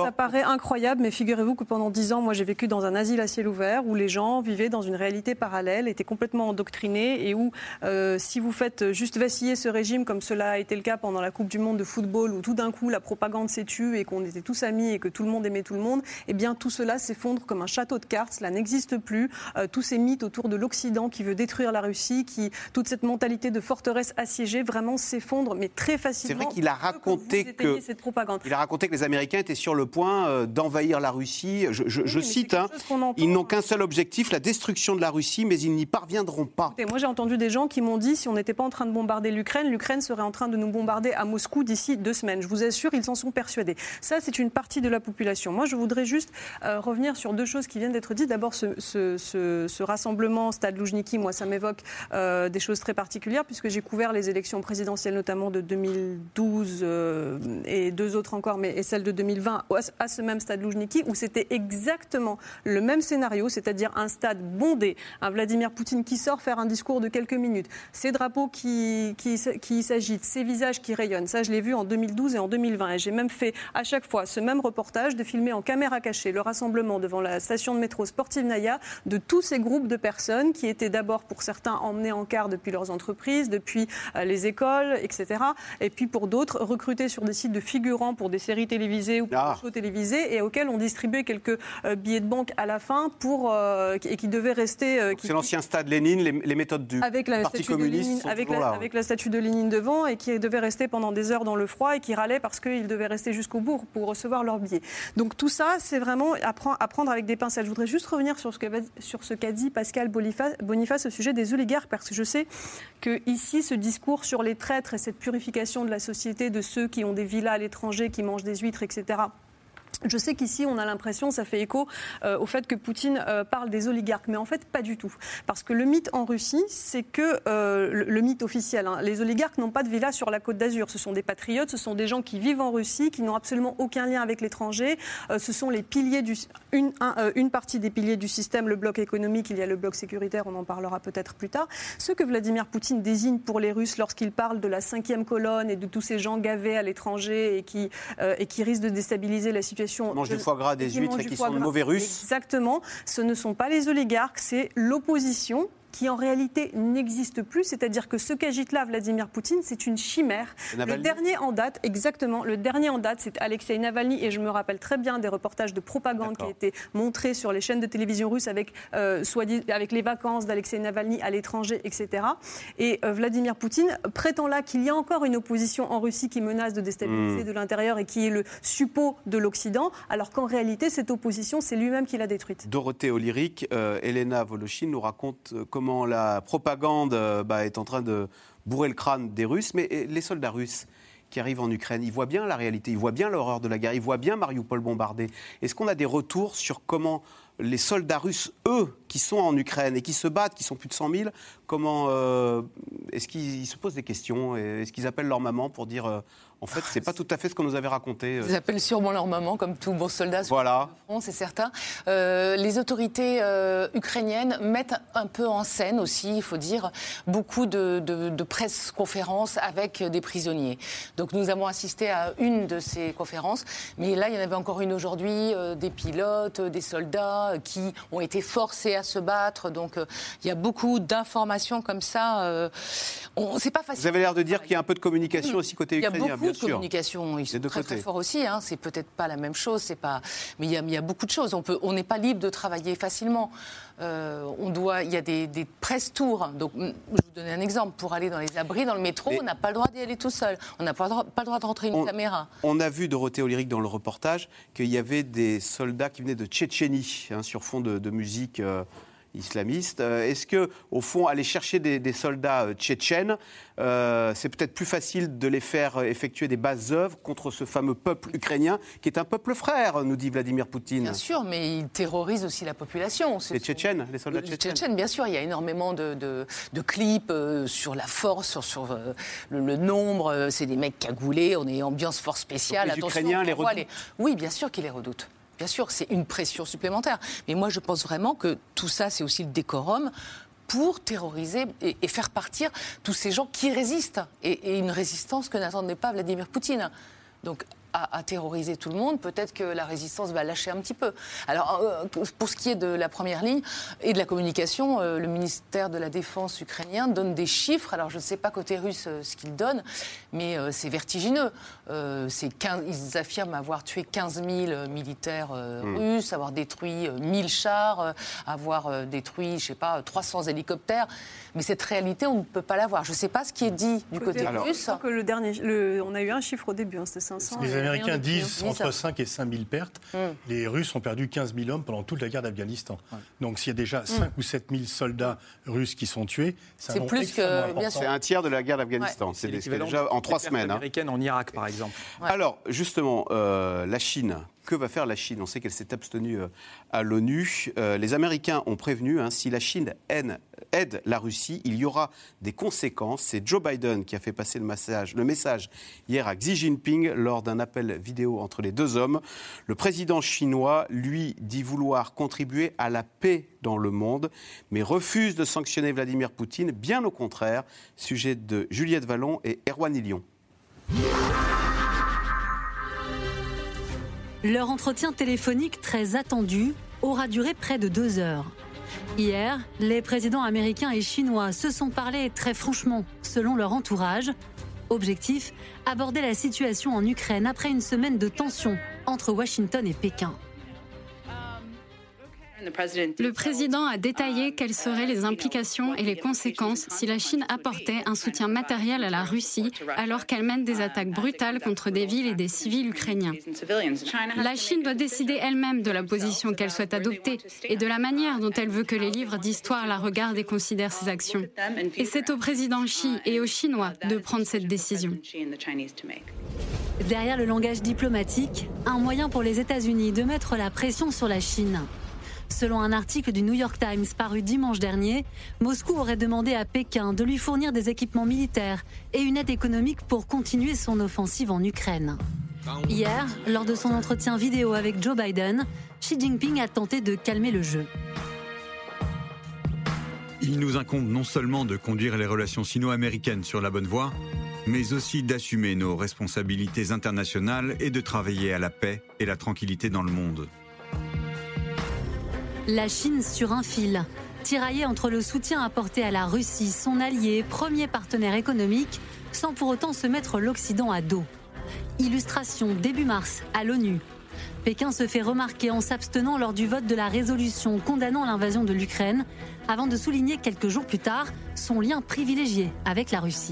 incroyable, mais figurez-vous que pendant dix ans, moi j'ai vécu dans un asile à ciel ouvert où les gens vivaient dans une réalité parallèle, étaient complètement endoctrinés et où euh, si vous faites juste vaciller ce régime comme cela a été le cas pendant la Coupe du Monde de football où tout d'un coup la propagande s'est tue et qu'on était tous amis et que tout le monde aimait tout le monde, eh bien tout cela s'effondre comme un château de cartes, cela n'existe plus. Euh, tous ces mythes autour de l'Occident qui veut détruire la Russie, qui, toute cette mentalité de forteresse assiégée vraiment s'effondre, mais très facilement. C'est vrai qu'il a raconté que, cette propagande. Il a raconté que les Américains étaient sur le point d'envahir la Russie. Je, je, oui, je cite, hein, ils n'ont qu'un seul objectif, la destruction de la Russie, mais ils n'y parviendront pas. Écoutez, moi j'ai entendu des gens qui m'ont dit si on n'était pas en train de bombarder l'Ukraine, l'Ukraine serait en train de nous bombarder à Moscou d'ici deux semaines. Je vous assure, ils s'en sont persuadés. Ça, c'est une partie de la population. Moi, je voudrais juste euh, revenir sur deux choses qui viennent d'être dites. D'abord, ce, ce, ce, ce rassemblement Stade Loujniki, moi, ça m'évoque euh, des choses très particulières puisque j'ai couvert les élections présidentielles, notamment de deux mille douze euh, et deux autres encore, mais et celle de deux mille vingt à ce même Stade Loujniki où c'était exactement le même scénario, c'est-à-dire un stade bondé, un Vladimir Poutine qui sort faire un discours de quelques minutes, ces drapeaux qui, qui, qui s'agitent, ces visages qui rayonnent. Ça, je l'ai vu en deux mille douze et en deux mille vingt. Et j'ai même fait à chaque fois ce même reportage de filmer en caméra cachée le rassemblement devant la station de métro Sportivnaya de tous ces groupes de personnes qui étaient d'abord pour certains emmenés en car depuis leurs entreprises, depuis euh, les écoles, et cetera. Et puis pour d'autres, recrutés sur des sites de figurants pour des séries télévisées ou pour ah. des shows télévisés et auxquels on distribuait quelques euh, billets de banque à la fin pour, euh, et qui devaient rester... Euh, qui, c'est l'ancien stade Lénine, les, les méthodes du avec la Parti statue communiste de Lénine, sont avec, toujours la, là. avec la statue de Lénine devant et qui devaient rester pendant des heures dans le froid et qui râlaient parce qu'ils devaient rester jusqu'au bout pour recevoir leur billet. Donc tout ça, c'est vraiment à prendre avec des pincettes. Je voudrais juste revenir sur ce, que, sur ce qu'a dit Pascal Boniface, Boniface au sujet des oligarques, parce que je sais qu'ici, ce discours sur les traîtres et cette purification de la société de ceux qui ont des villas à l'étranger, qui mangent des huîtres, et cetera, je sais qu'ici, on a l'impression, ça fait écho euh, au fait que Poutine euh, parle des oligarques, mais en fait, pas du tout. Parce que le mythe en Russie, c'est que, euh, le, le mythe officiel, hein, les oligarques n'ont pas de villa sur la Côte d'Azur. Ce sont des patriotes, ce sont des gens qui vivent en Russie, qui n'ont absolument aucun lien avec l'étranger. Euh, ce sont les piliers du, une, un, euh, une partie des piliers du système, le bloc économique, il y a le bloc sécuritaire, on en parlera peut-être plus tard. Ce que Vladimir Poutine désigne pour les Russes lorsqu'il parle de la cinquième colonne et de tous ces gens gavés à l'étranger et qui, euh, et qui risquent de déstabiliser la situation. Ils mangent du foie gras, des huîtres et qui sont de mauvais Russes. Exactement. Ce ne sont pas les oligarques, c'est l'opposition qui en réalité n'existe plus, c'est-à-dire que ce qu'agite là Vladimir Poutine, c'est une chimère. Le dernier en date, exactement, le dernier en date, c'est Alexei Navalny, et je me rappelle très bien des reportages de propagande D'accord. qui étaient montrés sur les chaînes de télévision russes avec, euh, soit dit, avec les vacances d'Alexei Navalny à l'étranger, et cetera. Et euh, Vladimir Poutine prétend là qu'il y a encore une opposition en Russie qui menace de déstabiliser mmh. de l'intérieur et qui est le suppôt de l'Occident, alors qu'en réalité, cette opposition, c'est lui-même qui l'a détruite. Dorothée Olyric, euh, Elena Voloshin nous raconte euh, comment la propagande euh, bah, est en train de bourrer le crâne des Russes. Mais les soldats russes qui arrivent en Ukraine, ils voient bien la réalité, ils voient bien l'horreur de la guerre, ils voient bien Mariupol bombardé. Est-ce qu'on a des retours sur comment les soldats russes, eux, qui sont en Ukraine et qui se battent, qui sont plus de cent mille, comment, euh, est-ce qu'ils se posent des questions? Est-ce qu'ils appellent leur maman pour dire... Euh, En fait, c'est pas tout à fait ce qu'on nous avait raconté. Ils appellent sûrement leur maman, comme tout bon soldat sur voilà. le front, c'est certain. Euh, les autorités euh, ukrainiennes mettent un peu en scène aussi, il faut dire, beaucoup de, de, de presse-conférences avec des prisonniers. Donc nous avons assisté à une de ces conférences, mais là, il y en avait encore une aujourd'hui, euh, des pilotes, des soldats euh, qui ont été forcés à se battre. Donc euh, il y a beaucoup d'informations comme ça. Euh, on, c'est pas facile. Vous avez l'air de dire qu'il y a un peu de communication mmh. aussi côté ukrainien. De communication, ils sont très très forts aussi. Hein. C'est peut-être pas la même chose, c'est pas. Mais il y a, il y a beaucoup de choses. On peut, on n'est pas libre de travailler facilement. Euh, on doit, il y a des, des press tours. Donc, je vais vous donner un exemple. Pour aller dans les abris, dans le métro, Mais on n'a pas le droit d'y aller tout seul. On n'a pas, pas le droit de rentrer une on, caméra. On a vu Dorothée Olyric dans le reportage qu'il y avait des soldats qui venaient de Tchétchénie hein, sur fond de, de musique. Euh, islamiste. Est-ce que, au fond, aller chercher des, des soldats tchétchènes, euh, c'est peut-être plus facile de les faire effectuer des basses œuvres contre ce fameux peuple ukrainien, qui est un peuple frère, nous dit Vladimir Poutine. Bien sûr, mais il terrorise aussi la population. Les Tchétchènes, les soldats les tchétchènes. Tchétchènes, bien sûr. Il y a énormément de, de, de clips euh, sur la force, sur, sur euh, le, le nombre. C'est des mecs cagoulés, on est ambiance force spéciale. Donc les Attention, Ukrainiens les redoutent les... Oui, bien sûr qu'ils les redoutent. Bien sûr, c'est une pression supplémentaire. Mais moi, je pense vraiment que tout ça, c'est aussi le décorum pour terroriser et, et faire partir tous ces gens qui résistent. Et, et une résistance que n'attendait pas Vladimir Poutine. Donc, à, à terroriser tout le monde, peut-être que la résistance va lâcher un petit peu. Alors, euh, pour ce qui est de la première ligne et de la communication, euh, le ministère de la Défense ukrainien donne des chiffres. Alors, je ne sais pas côté russe euh, ce qu'il donne, mais euh, c'est vertigineux. Euh, c'est quinze, ils affirment avoir tué quinze mille militaires euh, mmh. russes, avoir détruit euh, mille chars, euh, avoir euh, détruit, je ne sais pas, trois cents hélicoptères. Mais cette réalité, on ne peut pas la voir. Je ne sais pas ce qui est dit du côté, côté russe. Que le dernier, le, on a eu un chiffre au début, hein, c'était cinq cents. Les Américains disent entre cinq et cinq mille pertes. Mm. Les Russes ont perdu quinze mille hommes pendant toute la guerre d'Afghanistan. Ouais. Donc s'il y a déjà mm. cinq ou sept mille soldats russes qui sont tués, c'est, c'est un plus que bien sûr. C'est un tiers de la guerre d'Afghanistan. Ouais. C'est, c'est déjà en trois semaines. Américaine hein. en Irak, par exemple. Ouais. Alors justement, euh, la Chine. Que va faire la Chine ? On sait qu'elle s'est abstenue à l'ONU. Euh, les Américains ont prévenu, hein, si la Chine aide, aide la Russie, il y aura des conséquences. C'est Joe Biden qui a fait passer le message, le message hier à Xi Jinping lors d'un appel vidéo entre les deux hommes. Le président chinois, lui, dit vouloir contribuer à la paix dans le monde, mais refuse de sanctionner Vladimir Poutine, bien au contraire. Sujet de Juliette Vallon et Erwan Ilion. Leur entretien téléphonique très attendu aura duré près de deux heures. Hier, les présidents américains et chinois se sont parlé très franchement, selon leur entourage. Objectif, aborder la situation en Ukraine après une semaine de tension entre Washington et Pékin. Le président a détaillé quelles seraient les implications et les conséquences si la Chine apportait un soutien matériel à la Russie alors qu'elle mène des attaques brutales contre des villes et des civils ukrainiens. La Chine doit décider elle-même de la position qu'elle souhaite adopter et de la manière dont elle veut que les livres d'histoire la regardent et considèrent ses actions. Et c'est au président Xi et aux Chinois de prendre cette décision. Derrière le langage diplomatique, un moyen pour les États-Unis de mettre la pression sur la Chine. Selon un article du New York Times paru dimanche dernier, Moscou aurait demandé à Pékin de lui fournir des équipements militaires et une aide économique pour continuer son offensive en Ukraine. Hier, lors de son entretien vidéo avec Joe Biden, Xi Jinping a tenté de calmer le jeu. Il nous incombe non seulement de conduire les relations sino-américaines sur la bonne voie, mais aussi d'assumer nos responsabilités internationales et de travailler à la paix et la tranquillité dans le monde. La Chine sur un fil, tiraillée entre le soutien apporté à la Russie, son allié, premier partenaire économique, sans pour autant se mettre l'Occident à dos. Illustration début mars à l'ONU. Pékin se fait remarquer en s'abstenant lors du vote de la résolution condamnant l'invasion de l'Ukraine, avant de souligner quelques jours plus tard son lien privilégié avec la Russie.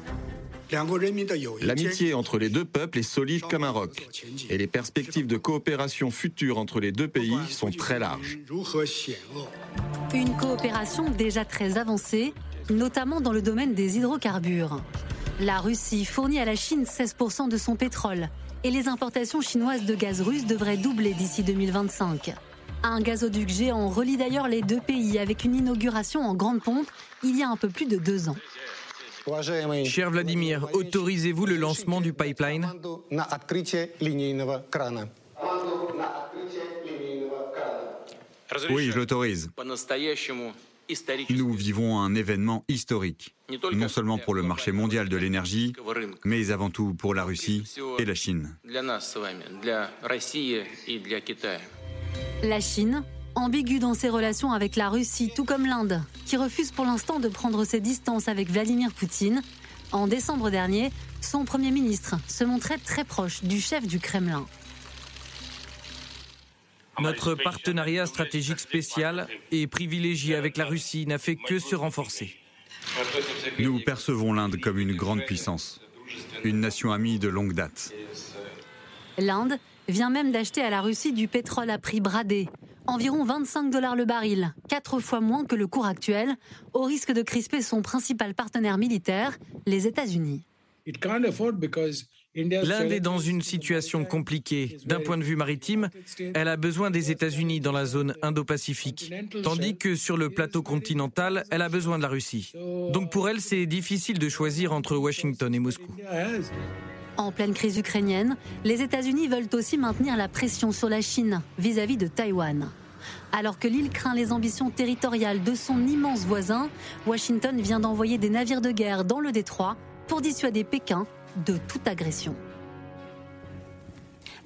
L'amitié entre les deux peuples est solide comme un roc. Et les perspectives de coopération future entre les deux pays sont très larges. Une coopération déjà très avancée, notamment dans le domaine des hydrocarbures. La Russie fournit à la Chine seize pour cent de son pétrole et les importations chinoises de gaz russe devraient doubler d'ici deux mille vingt-cinq. Un gazoduc géant relie d'ailleurs les deux pays avec une inauguration en grande pompe il y a un peu plus de deux ans. Cher Vladimir, autorisez-vous le lancement du pipeline ? Oui, je l'autorise. Nous vivons un événement historique, non seulement pour le marché mondial de l'énergie, mais avant tout pour la Russie et la Chine. La Chine, ambiguë dans ses relations avec la Russie, tout comme l'Inde, qui refuse pour l'instant de prendre ses distances avec Vladimir Poutine. En décembre dernier, son Premier ministre se montrait très proche du chef du Kremlin. Notre partenariat stratégique spécial et privilégié avec la Russie n'a fait que se renforcer. Nous percevons l'Inde comme une grande puissance, une nation amie de longue date. L'Inde vient même d'acheter à la Russie du pétrole à prix bradé, environ vingt-cinq dollars le baril, quatre fois moins que le cours actuel, au risque de crisper son principal partenaire militaire, les États-Unis. L'Inde est dans une situation compliquée. D'un point de vue maritime, elle a besoin des États-Unis dans la zone Indo-Pacifique, tandis que sur le plateau continental, elle a besoin de la Russie. Donc pour elle, c'est difficile de choisir entre Washington et Moscou. En pleine crise ukrainienne, les États-Unis veulent aussi maintenir la pression sur la Chine vis-à-vis de Taïwan. Alors que l'île craint les ambitions territoriales de son immense voisin, Washington vient d'envoyer des navires de guerre dans le détroit pour dissuader Pékin de toute agression.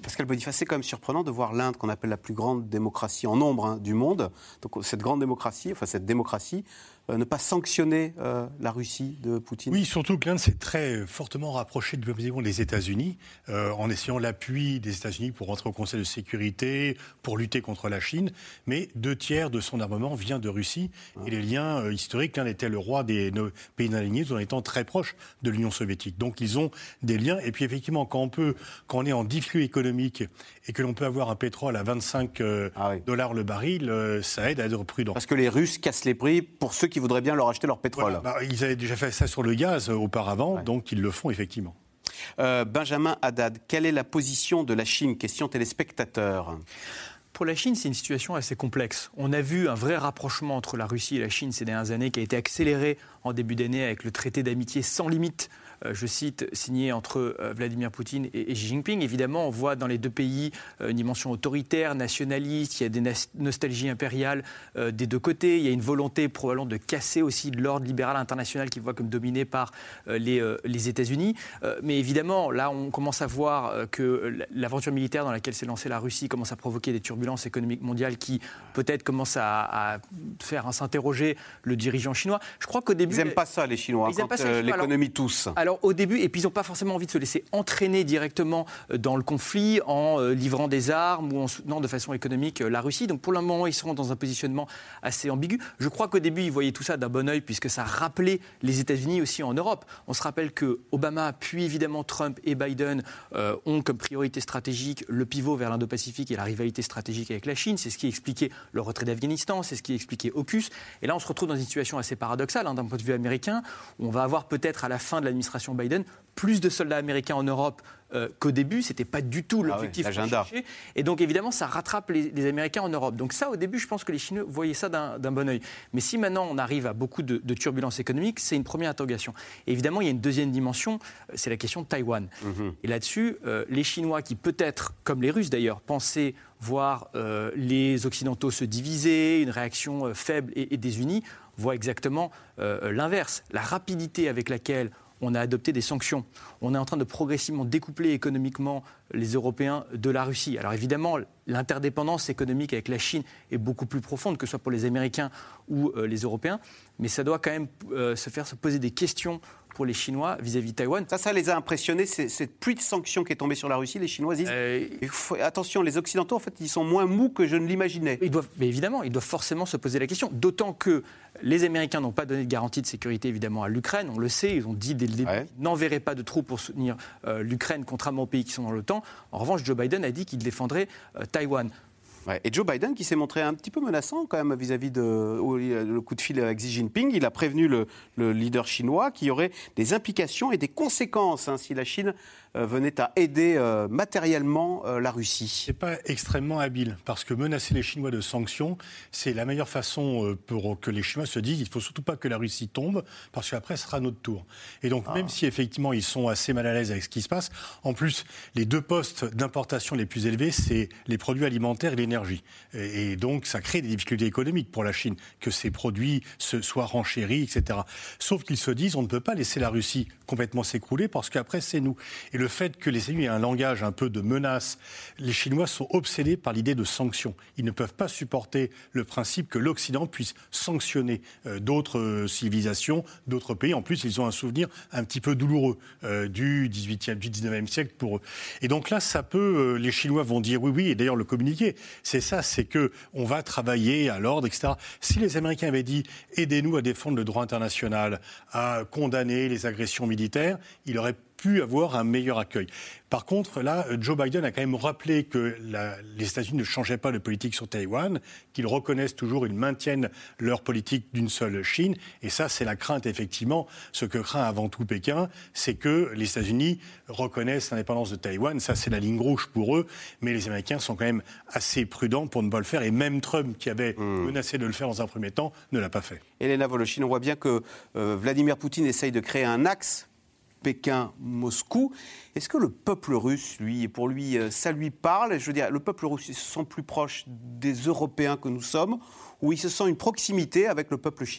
Pascal Boniface, c'est quand même surprenant de voir l'Inde, qu'on appelle la plus grande démocratie en nombre hein, du monde, donc cette grande démocratie, enfin cette démocratie, euh, ne pas sanctionner euh, la Russie de Poutine. Oui, surtout que l'Inde s'est très fortement rapprochée des États-Unis, euh, en essayant l'appui des États-Unis pour rentrer au Conseil de sécurité, pour lutter contre la Chine, mais deux tiers de son armement vient de Russie, ah. et les liens euh, historiques, l'Inde était le roi des no, pays non-alignés, tout en étant très proche de l'Union soviétique. Donc ils ont des liens, et puis effectivement, quand on, peut, quand on est en difflux économique et que l'on peut avoir un pétrole à vingt-cinq euh, ah oui. dollars le baril, euh, ça aide à être prudent. Parce que les Russes cassent les prix pour ceux qui voudraient bien leur acheter leur pétrole. Voilà, bah, ils avaient déjà fait ça sur le gaz euh, auparavant, ouais. donc ils le font effectivement. Euh, Benjamin Haddad, quelle est la position de la Chine? Question téléspectateur. Pour la Chine, c'est une situation assez complexe. On a vu un vrai rapprochement entre la Russie et la Chine ces dernières années qui a été accéléré en début d'année avec le traité d'amitié sans limite, euh, je cite, signé entre euh, Vladimir Poutine et, et Xi Jinping. Évidemment, on voit dans les deux pays euh, une dimension autoritaire, nationaliste, il y a des nas- nostalgies impériales euh, des deux côtés, il y a une volonté probablement de casser aussi l'ordre libéral international qu'ils voient comme dominé par euh, les, euh, les États-Unis. Euh, mais évidemment, là, on commence à voir euh, que l'aventure militaire dans laquelle s'est lancée la Russie commence à provoquer des turbulences économiques mondiales qui peut-être commencent à, à faire à s'interroger le dirigeant chinois. Je crois qu'au début... Ils n'aiment pas ça, les Chinois, ils quand euh, l'économie tousse. Alors, au début, et puis ils n'ont pas forcément envie de se laisser entraîner directement dans le conflit en euh, livrant des armes ou en soutenant de façon économique euh, la Russie. Donc, pour le moment, ils seront dans un positionnement assez ambigu. Je crois qu'au début, ils voyaient tout ça d'un bon œil puisque ça rappelait les États-Unis aussi en Europe. On se rappelle que Obama, puis évidemment Trump et Biden euh, ont comme priorité stratégique le pivot vers l'Indo-Pacifique et la rivalité stratégique avec la Chine. C'est ce qui expliquait le retrait d'Afghanistan, c'est ce qui expliquait AUKUS. Et là, on se retrouve dans une situation assez paradoxale hein, d'un point de vue américain, où on va avoir peut-être à la fin de l'administration Biden plus de soldats américains en Europe euh, qu'au début. Ce n'était pas du tout l'objectif ah oui, recherché. Et donc, évidemment, ça rattrape les, les Américains en Europe. Donc ça, au début, je pense que les Chinois voyaient ça d'un, d'un bon œil. Mais si maintenant, on arrive à beaucoup de, de turbulences économiques, c'est une première interrogation. Et évidemment, il y a une deuxième dimension, c'est la question de Taïwan. Mm-hmm. Et là-dessus, euh, les Chinois qui, peut-être, comme les Russes d'ailleurs, pensaient voir euh, les Occidentaux se diviser, une réaction euh, faible et, et désunie, voient exactement euh, l'inverse. La rapidité avec laquelle on a adopté des sanctions. On est en train de progressivement découpler économiquement les Européens de la Russie. Alors évidemment, l'interdépendance économique avec la Chine est beaucoup plus profonde, que ce soit pour les Américains ou euh, les Européens, mais ça doit quand même euh, se faire se poser des questions pour les Chinois vis-à-vis de Taïwan. Ça, ça les a impressionnés, c'est, cette pluie de sanctions qui est tombée sur la Russie. Les Chinois disent, euh, faut, attention, les Occidentaux, en fait, ils sont moins mous que je ne l'imaginais. Ils doivent, mais évidemment, ils doivent forcément se poser la question, d'autant que les Américains n'ont pas donné de garantie de sécurité, évidemment, à l'Ukraine. On le sait, ils ont dit dès le début, ouais. n'enverraient pas de troupes pour soutenir euh, l'Ukraine, contrairement aux pays qui sont dans l'OTAN. En revanche, Joe Biden a dit qu'il défendrait euh, Taïwan. Ouais. Et Joe Biden qui s'est montré un petit peu menaçant quand même vis-à-vis de oh, le coup de fil avec Xi Jinping. Il a prévenu le, le leader chinois qu'il y aurait des implications et des conséquences hein, si la Chine euh, venait à aider euh, matériellement euh, la Russie. C'est pas extrêmement habile parce que menacer les Chinois de sanctions, c'est la meilleure façon euh, pour que les Chinois se disent il faut surtout pas que la Russie tombe parce qu'après ce sera notre tour. Et donc ah. même si effectivement ils sont assez mal à l'aise avec ce qui se passe, en plus les deux postes d'importation les plus élevés c'est les produits alimentaires et l'énergie. Et donc, ça crée des difficultés économiques pour la Chine, que ces produits se, soient renchéris, et cetera. Sauf qu'ils se disent, on ne peut pas laisser la Russie complètement s'écrouler, parce qu'après, c'est nous. Et le fait que les États-Unis aient un langage un peu de menace, les Chinois sont obsédés par l'idée de sanctions. Ils ne peuvent pas supporter le principe que l'Occident puisse sanctionner euh, d'autres euh, civilisations, d'autres pays. En plus, ils ont un souvenir un petit peu douloureux euh, du dix-huitième, du dix-neuvième siècle pour eux. Et donc là, ça peut, euh, les Chinois vont dire oui, oui, et d'ailleurs le communiqué, c'est ça, c'est qu'on va travailler à l'ordre, et cetera. Si les Américains avaient dit « aidez-nous à défendre le droit international, à condamner les agressions militaires », il aurait pu avoir un meilleur accueil. Par contre, là, Joe Biden a quand même rappelé que la, les États-Unis ne changeaient pas de politique sur Taïwan, qu'ils reconnaissent toujours, ils maintiennent leur politique d'une seule Chine. Et ça, c'est la crainte, effectivement. Ce que craint avant tout Pékin, c'est que les États-Unis reconnaissent l'indépendance de Taïwan. Ça, c'est la ligne rouge pour eux. Mais les Américains sont quand même assez prudents pour ne pas le faire. Et même Trump, qui avait mmh. menacé de le faire dans un premier temps, ne l'a pas fait. Elena Voloshin, on voit bien que euh, Vladimir Poutine essaye de créer un axe Pékin-Moscou. Est-ce que le peuple russe, lui, pour lui, ça lui parle ? Je veux dire, le peuple russe, il se sent plus proche des Européens que nous sommes, ou il se sent une proximité avec le peuple chinois ?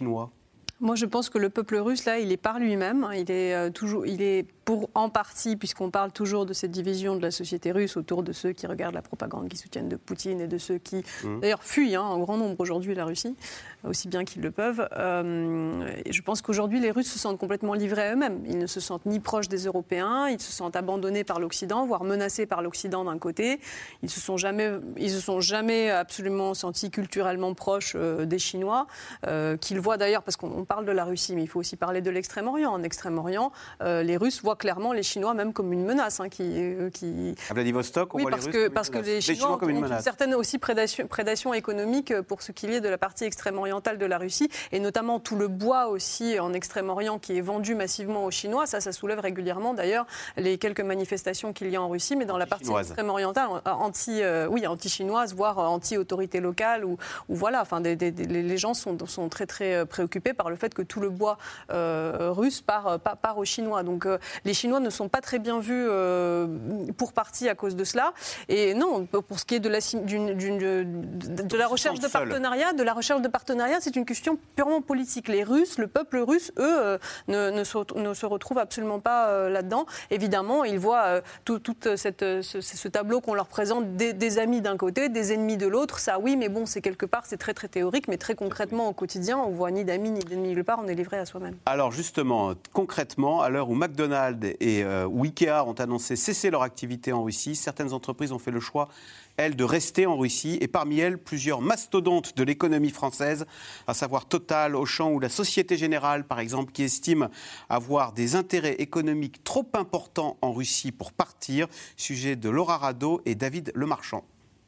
Moi, je pense que le peuple russe, là, il est par lui-même. Il est euh, toujours, il est pour en partie, puisqu'on parle toujours de cette division de la société russe autour de ceux qui regardent la propagande, qui soutiennent de Poutine et de ceux qui, mmh. d'ailleurs, fuient hein, en grand nombre aujourd'hui la Russie, aussi bien qu'ils le peuvent. Euh, et je pense qu'aujourd'hui, les Russes se sentent complètement livrés à eux-mêmes. Ils ne se sentent ni proches des Européens, ils se sentent abandonnés par l'Occident, voire menacés par l'Occident d'un côté. Ils se sont jamais, ils se sont jamais absolument sentis culturellement proches euh, des Chinois, euh, qu'ils voient d'ailleurs, parce qu'on parle de la Russie, mais il faut aussi parler de l'Extrême-Orient. En Extrême-Orient, euh, les Russes voient clairement les Chinois même comme une menace. Hein, qui, euh, qui... À Vladivostok, on oui, voit parce les que, Russes parce que les Chinois, les Chinois ont, comme une, ont une certaine aussi prédation, prédation économique pour ce qu'il y est de la partie extrême-orientale de la Russie, et notamment tout le bois aussi en Extrême-Orient qui est vendu massivement aux Chinois. Ça, ça soulève régulièrement d'ailleurs les quelques manifestations qu'il y a en Russie, mais dans la partie extrême-orientale, anti, euh, oui, anti-chinoise, voire anti-autorité locale, ou voilà, enfin, des, des, des, les gens sont, sont très très préoccupés par le fait que tout le bois euh, russe part, part, part aux Chinois. Donc euh, les Chinois ne sont pas très bien vus euh, pour partie à cause de cela. Et non, pour ce qui est de la, d'une, d'une, de, de la recherche de partenariat, de la recherche de partenariat, c'est une question purement politique. Les Russes, le peuple russe, eux, euh, ne, ne, se, ne se retrouvent absolument pas euh, là-dedans. Évidemment, ils voient euh, tout, tout cette, ce, ce tableau qu'on leur présente des, des amis d'un côté, des ennemis de l'autre. Ça, oui, mais bon, c'est quelque part, c'est très très théorique, mais très concrètement au quotidien, on voit ni d'amis ni d'ennemis nulle part, on est livré à soi-même. Alors justement, concrètement, à l'heure où McDonald's et euh, où Ikea ont annoncé cesser leur activité en Russie, certaines entreprises ont fait le choix, elles, de rester en Russie, et parmi elles, plusieurs mastodontes de l'économie française, à savoir Total, Auchan ou la Société Générale, par exemple, qui estiment avoir des intérêts économiques trop importants en Russie pour partir. Sujet de Laura Rado et David Lemarchand.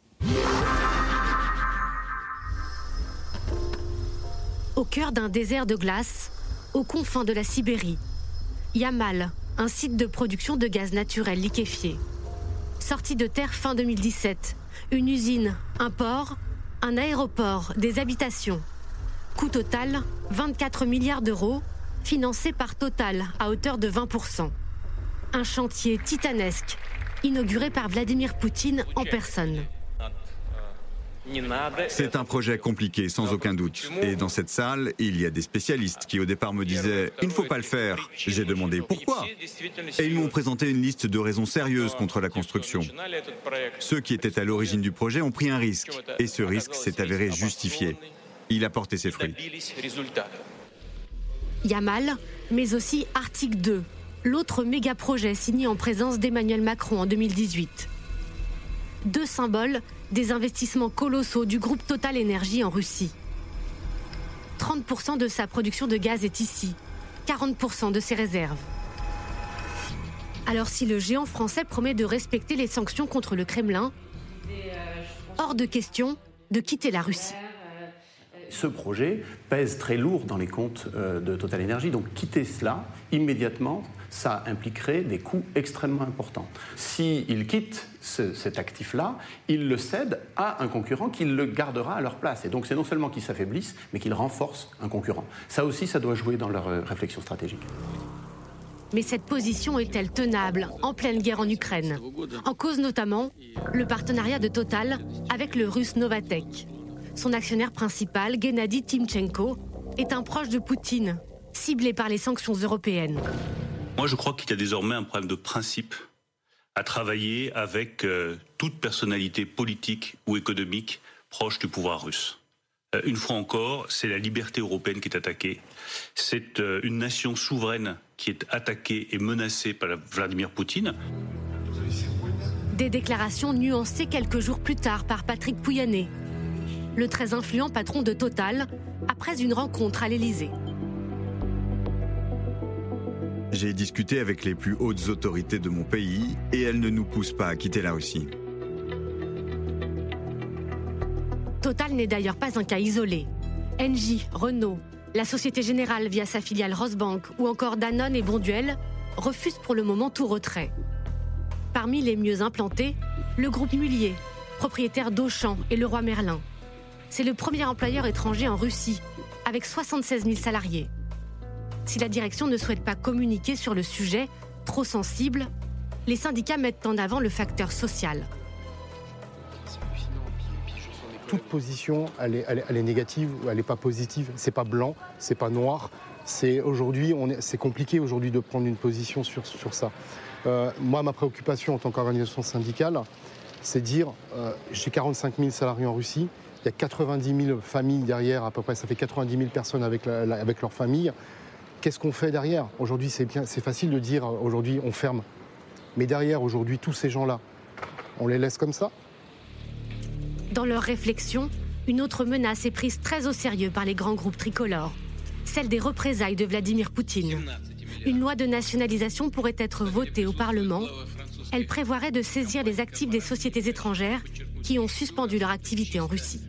Au cœur d'un désert de glace, aux confins de la Sibérie, Yamal, un site de production de gaz naturel liquéfié. Sorti de terre fin deux mille dix-sept, une usine, un port, un aéroport, des habitations. Coût total, vingt-quatre milliards d'euros, financé par Total à hauteur de vingt pour cent. Un chantier titanesque, inauguré par Vladimir Poutine en personne. C'est un projet compliqué, sans aucun doute. Et dans cette salle, il y a des spécialistes qui au départ me disaient « il ne faut pas le faire ». J'ai demandé « pourquoi ?» Et ils m'ont présenté une liste de raisons sérieuses contre la construction. Ceux qui étaient à l'origine du projet ont pris un risque. Et ce risque s'est avéré justifié. Il a porté ses fruits. Yamal, mais aussi Arctique deux, l'autre méga projet signé en présence d'Emmanuel Macron en deux mille dix-huit. Deux symboles des investissements colossaux du groupe Total Énergie en Russie. trente pour cent de sa production de gaz est ici, quarante pour cent de ses réserves. Alors si le géant français promet de respecter les sanctions contre le Kremlin, hors de question de quitter la Russie. Ce projet pèse très lourd dans les comptes de Total Énergie, donc quitter cela immédiatement, ça impliquerait des coûts extrêmement importants. S'ils quittent ce, cet actif-là, ils le cèdent à un concurrent qui le gardera à leur place. Et donc c'est non seulement qu'ils s'affaiblissent, mais qu'ils renforcent un concurrent. Ça aussi, ça doit jouer dans leur réflexion stratégique. Mais cette position est-elle tenable en pleine guerre en Ukraine? En cause notamment le partenariat de Total avec le russe Novatek. Son actionnaire principal, Gennady Timchenko, est un proche de Poutine, ciblé par les sanctions européennes. Moi, je crois qu'il y a désormais un problème de principe à travailler avec euh, toute personnalité politique ou économique proche du pouvoir russe. Euh, une fois encore, c'est la liberté européenne qui est attaquée. C'est euh, une nation souveraine qui est attaquée et menacée par Vladimir Poutine. Des déclarations nuancées quelques jours plus tard par Patrick Pouyanné, le très influent patron de Total, après une rencontre à l'Élysée. J'ai discuté avec les plus hautes autorités de mon pays et elles ne nous poussent pas à quitter la Russie. Total n'est d'ailleurs pas un cas isolé. Engie, Renault, la Société Générale via sa filiale Rosbank ou encore Danone et Bonduelle refusent pour le moment tout retrait. Parmi les mieux implantés, le groupe Mullier, propriétaire d'Auchan et Leroy Merlin. C'est le premier employeur étranger en Russie, avec soixante-seize mille salariés. Si la direction ne souhaite pas communiquer sur le sujet, trop sensible, les syndicats mettent en avant le facteur social. toute position, elle est, elle est, elle est négative ou elle n'est pas positive. C'est pas blanc, c'est pas noir. C'est aujourd'hui, on est, c'est compliqué aujourd'hui de prendre une position sur, sur ça. Euh, moi, ma préoccupation en tant qu'organisation syndicale, c'est de dire, euh, j'ai quarante-cinq mille salariés en Russie, il y a quatre-vingt-dix mille familles derrière, à peu près, ça fait quatre-vingt-dix mille personnes avec, la, la, avec leurs familles. Qu'est-ce qu'on fait derrière ? Aujourd'hui, c'est, bien, c'est facile de dire, aujourd'hui, on ferme. Mais derrière, aujourd'hui, tous ces gens-là, on les laisse comme ça ? Dans leurs réflexions, une autre menace est prise très au sérieux par les grands groupes tricolores, celle des représailles de Vladimir Poutine. Une loi de nationalisation pourrait être votée au Parlement. Elle prévoirait de saisir les actifs des sociétés étrangères qui ont suspendu leur activité en Russie.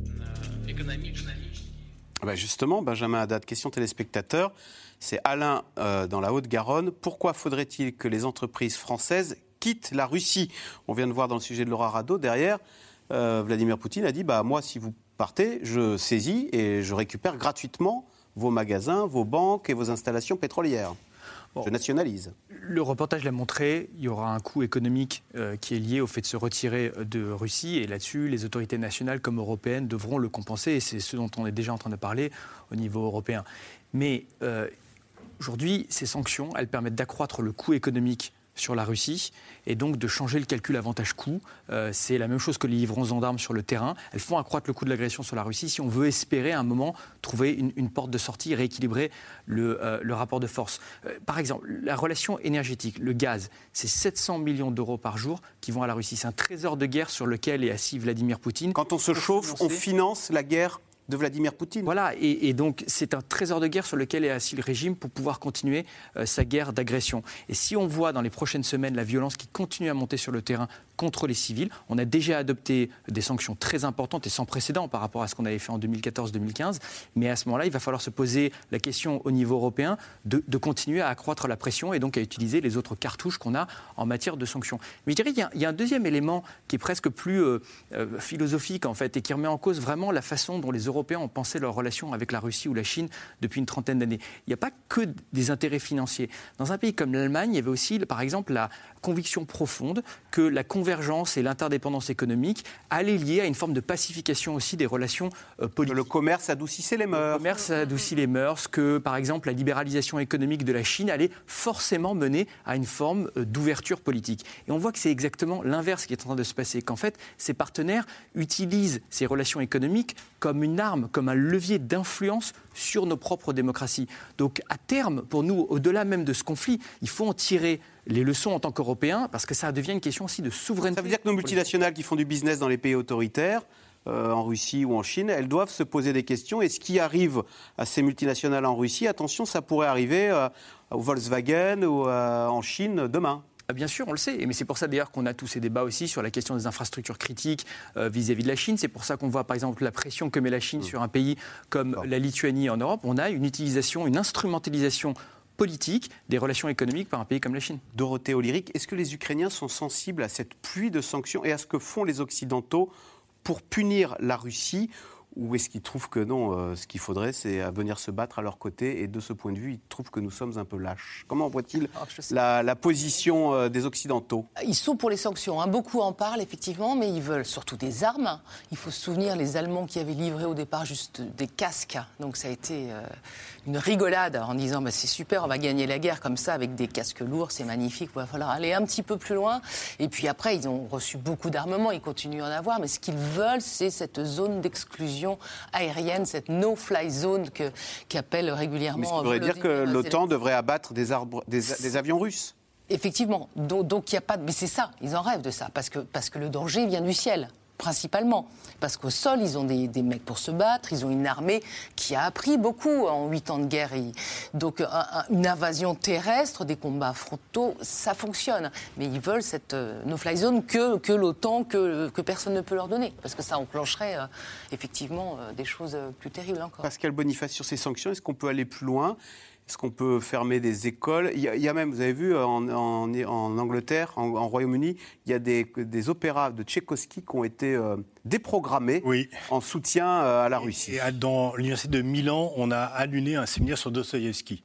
Ben justement, Benjamin Haddad, question téléspectateur, c'est Alain euh, dans la Haute-Garonne. Pourquoi faudrait-il que les entreprises françaises quittent la Russie ? On vient de voir dans le sujet de Laura Rado, derrière, euh, Vladimir Poutine a dit bah, « moi, si vous partez, je saisis et je récupère gratuitement vos magasins, vos banques et vos installations pétrolières. Bon. Je nationalise. » Le reportage l'a montré, il y aura un coût économique euh, qui est lié au fait de se retirer de Russie. Et là-dessus, les autorités nationales comme européennes devront le compenser. Et c'est ce dont on est déjà en train de parler au niveau européen. Mais euh, aujourd'hui, ces sanctions, elles permettent d'accroître le coût économique sur la Russie et donc de changer le calcul avantage-coût. Euh, c'est la même chose que les livraisons d'armes sur le terrain. Elles font accroître le coût de l'agression sur la Russie si on veut espérer à un moment trouver une, une porte de sortie, rééquilibrer le, euh, le rapport de force. Euh, par exemple, la relation énergétique, le gaz, c'est sept cents millions d'euros par jour qui vont à la Russie. C'est un trésor de guerre sur lequel est assis Vladimir Poutine. Quand on se chauffe, financer... on finance la guerre de Vladimir Poutine. Voilà, et, et donc c'est un trésor de guerre sur lequel est assis le régime pour pouvoir continuer euh, sa guerre d'agression. Et si on voit dans les prochaines semaines la violence qui continue à monter sur le terrain contre les civils, on a déjà adopté des sanctions très importantes et sans précédent par rapport à ce qu'on avait fait en deux mille quatorze deux mille quinze, mais à ce moment-là, il va falloir se poser la question au niveau européen de, de continuer à accroître la pression et donc à utiliser les autres cartouches qu'on a en matière de sanctions. Mais je dirais qu'il y a, il y a un deuxième élément qui est presque plus euh, euh, philosophique en fait et qui remet en cause vraiment la façon dont les Européens ont pensé leur relation avec la Russie ou la Chine depuis une trentaine d'années. Il n'y a pas que des intérêts financiers. Dans un pays comme l'Allemagne, il y avait aussi, par exemple, la conviction profonde que la convergence et l'interdépendance économique allaient lier à une forme de pacification aussi des relations euh, politiques. Le commerce adoucissait les mœurs. Le commerce adoucit les mœurs, que par exemple la libéralisation économique de la Chine allait forcément mener à une forme euh, d'ouverture politique. Et on voit que c'est exactement l'inverse qui est en train de se passer, qu'en fait ces partenaires utilisent ces relations économiques comme une arme, comme un levier d'influence sur nos propres démocraties. Donc à terme, pour nous, au-delà même de ce conflit, il faut en tirer les leçons en tant qu'Européens, parce que ça devient une question aussi de souveraineté. Ça veut dire que nos multinationales qui font du business dans les pays autoritaires, euh, en Russie ou en Chine, elles doivent se poser des questions. Et ce qui arrive à ces multinationales en Russie, attention, ça pourrait arriver euh, au Volkswagen ou euh, en Chine demain. Bien sûr, on le sait, mais c'est pour ça d'ailleurs qu'on a tous ces débats aussi sur la question des infrastructures critiques euh, vis-à-vis de la Chine. C'est pour ça qu'on voit par exemple la pression que met la Chine mmh. sur un pays comme oh. la Lituanie en Europe. On a une utilisation, une instrumentalisation politique des relations économiques par un pays comme la Chine. Dorothée Olyric, est-ce que les Ukrainiens sont sensibles à cette pluie de sanctions et à ce que font les Occidentaux pour punir la Russie ? Ou est-ce qu'ils trouvent que non, euh, ce qu'il faudrait, c'est venir se battre à leur côté et de ce point de vue, ils trouvent que nous sommes un peu lâches. Comment voit-il ah, la, la position euh, des Occidentaux ? Ils sont pour les sanctions, hein. Beaucoup en parlent effectivement, mais ils veulent surtout des armes. Il faut se souvenir, les Allemands qui avaient livré au départ juste des casques, donc ça a été euh, une rigolade en disant bah, c'est super, on va gagner la guerre comme ça avec des casques lourds, c'est magnifique, il va falloir aller un petit peu plus loin. Et puis après, ils ont reçu beaucoup d'armements, ils continuent à en avoir, mais ce qu'ils veulent, c'est cette zone d'exclusion aérienne, cette no-fly zone que, qu'appelle régulièrement... Mais ça voudrait dire que l'OTAN devrait abattre des, arbres, des, des avions russes ? Effectivement. Donc, donc il y a pas de... Mais c'est ça, ils en rêvent de ça, parce que, parce que le danger vient du ciel. Principalement, parce qu'au sol, ils ont des, des mecs pour se battre, ils ont une armée qui a appris beaucoup en huit ans de guerre. Et donc, un, un, une invasion terrestre, des combats frontaux, ça fonctionne. Mais ils veulent cette euh, no-fly zone que, que l'OTAN, que, que personne ne peut leur donner. Parce que ça enclencherait, euh, effectivement, euh, des choses plus terribles encore. Pascal Boniface, sur ces sanctions, est-ce qu'on peut aller plus loin ? Est-ce qu'on peut fermer des écoles ? il y, a, il y a même, vous avez vu, en, en, en Angleterre, en, en Royaume-Uni, il y a des, des opéras de Tchaïkovski qui ont été euh, déprogrammés oui. en soutien euh, à la Russie. Et, et dans l'université de Milan, on a annulé un séminaire sur Dostoïevski.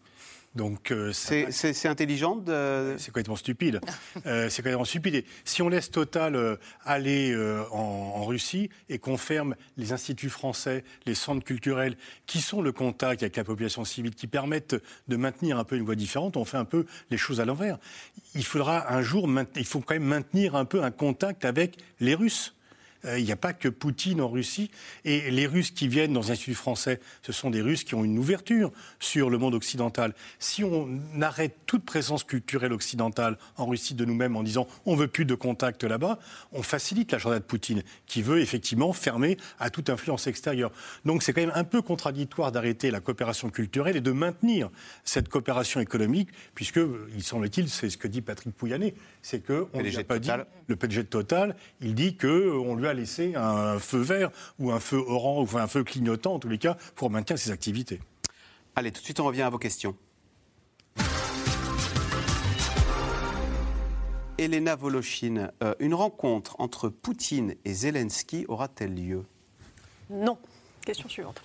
Donc, euh, c'est, ça... c'est, c'est intelligent de... C'est complètement stupide. euh, c'est complètement stupide. Et si on laisse Total euh, aller euh, en, en Russie et qu'on ferme les instituts français, les centres culturels, qui sont le contact avec la population civile, qui permettent de maintenir un peu une voie différente, on fait un peu les choses à l'envers. Il faudra un jour, il faut quand même maintenir un peu un contact avec les Russes. Euh, il n'y a pas que Poutine en Russie. Et les Russes qui viennent dans un institut français, ce sont des Russes qui ont une ouverture sur le monde occidental. Si on arrête toute présence culturelle occidentale en Russie de nous-mêmes en disant on ne veut plus de contact là-bas, on facilite l'agenda de Poutine, qui veut effectivement fermer à toute influence extérieure. Donc c'est quand même un peu contradictoire d'arrêter la coopération culturelle et de maintenir cette coopération économique, puisque, il semble-t-il, c'est ce que dit Patrick Pouyanné, c'est qu'on ne lui a pas dit, le P D G de Total, il dit qu'on lui a laisser un feu vert ou un feu orange, ou un feu clignotant en tous les cas, pour maintenir ses activités. Allez, tout de suite on revient à vos questions. Elena Voloshin, euh, une rencontre entre Poutine et Zelensky aura-t-elle lieu ? Non. Question suivante.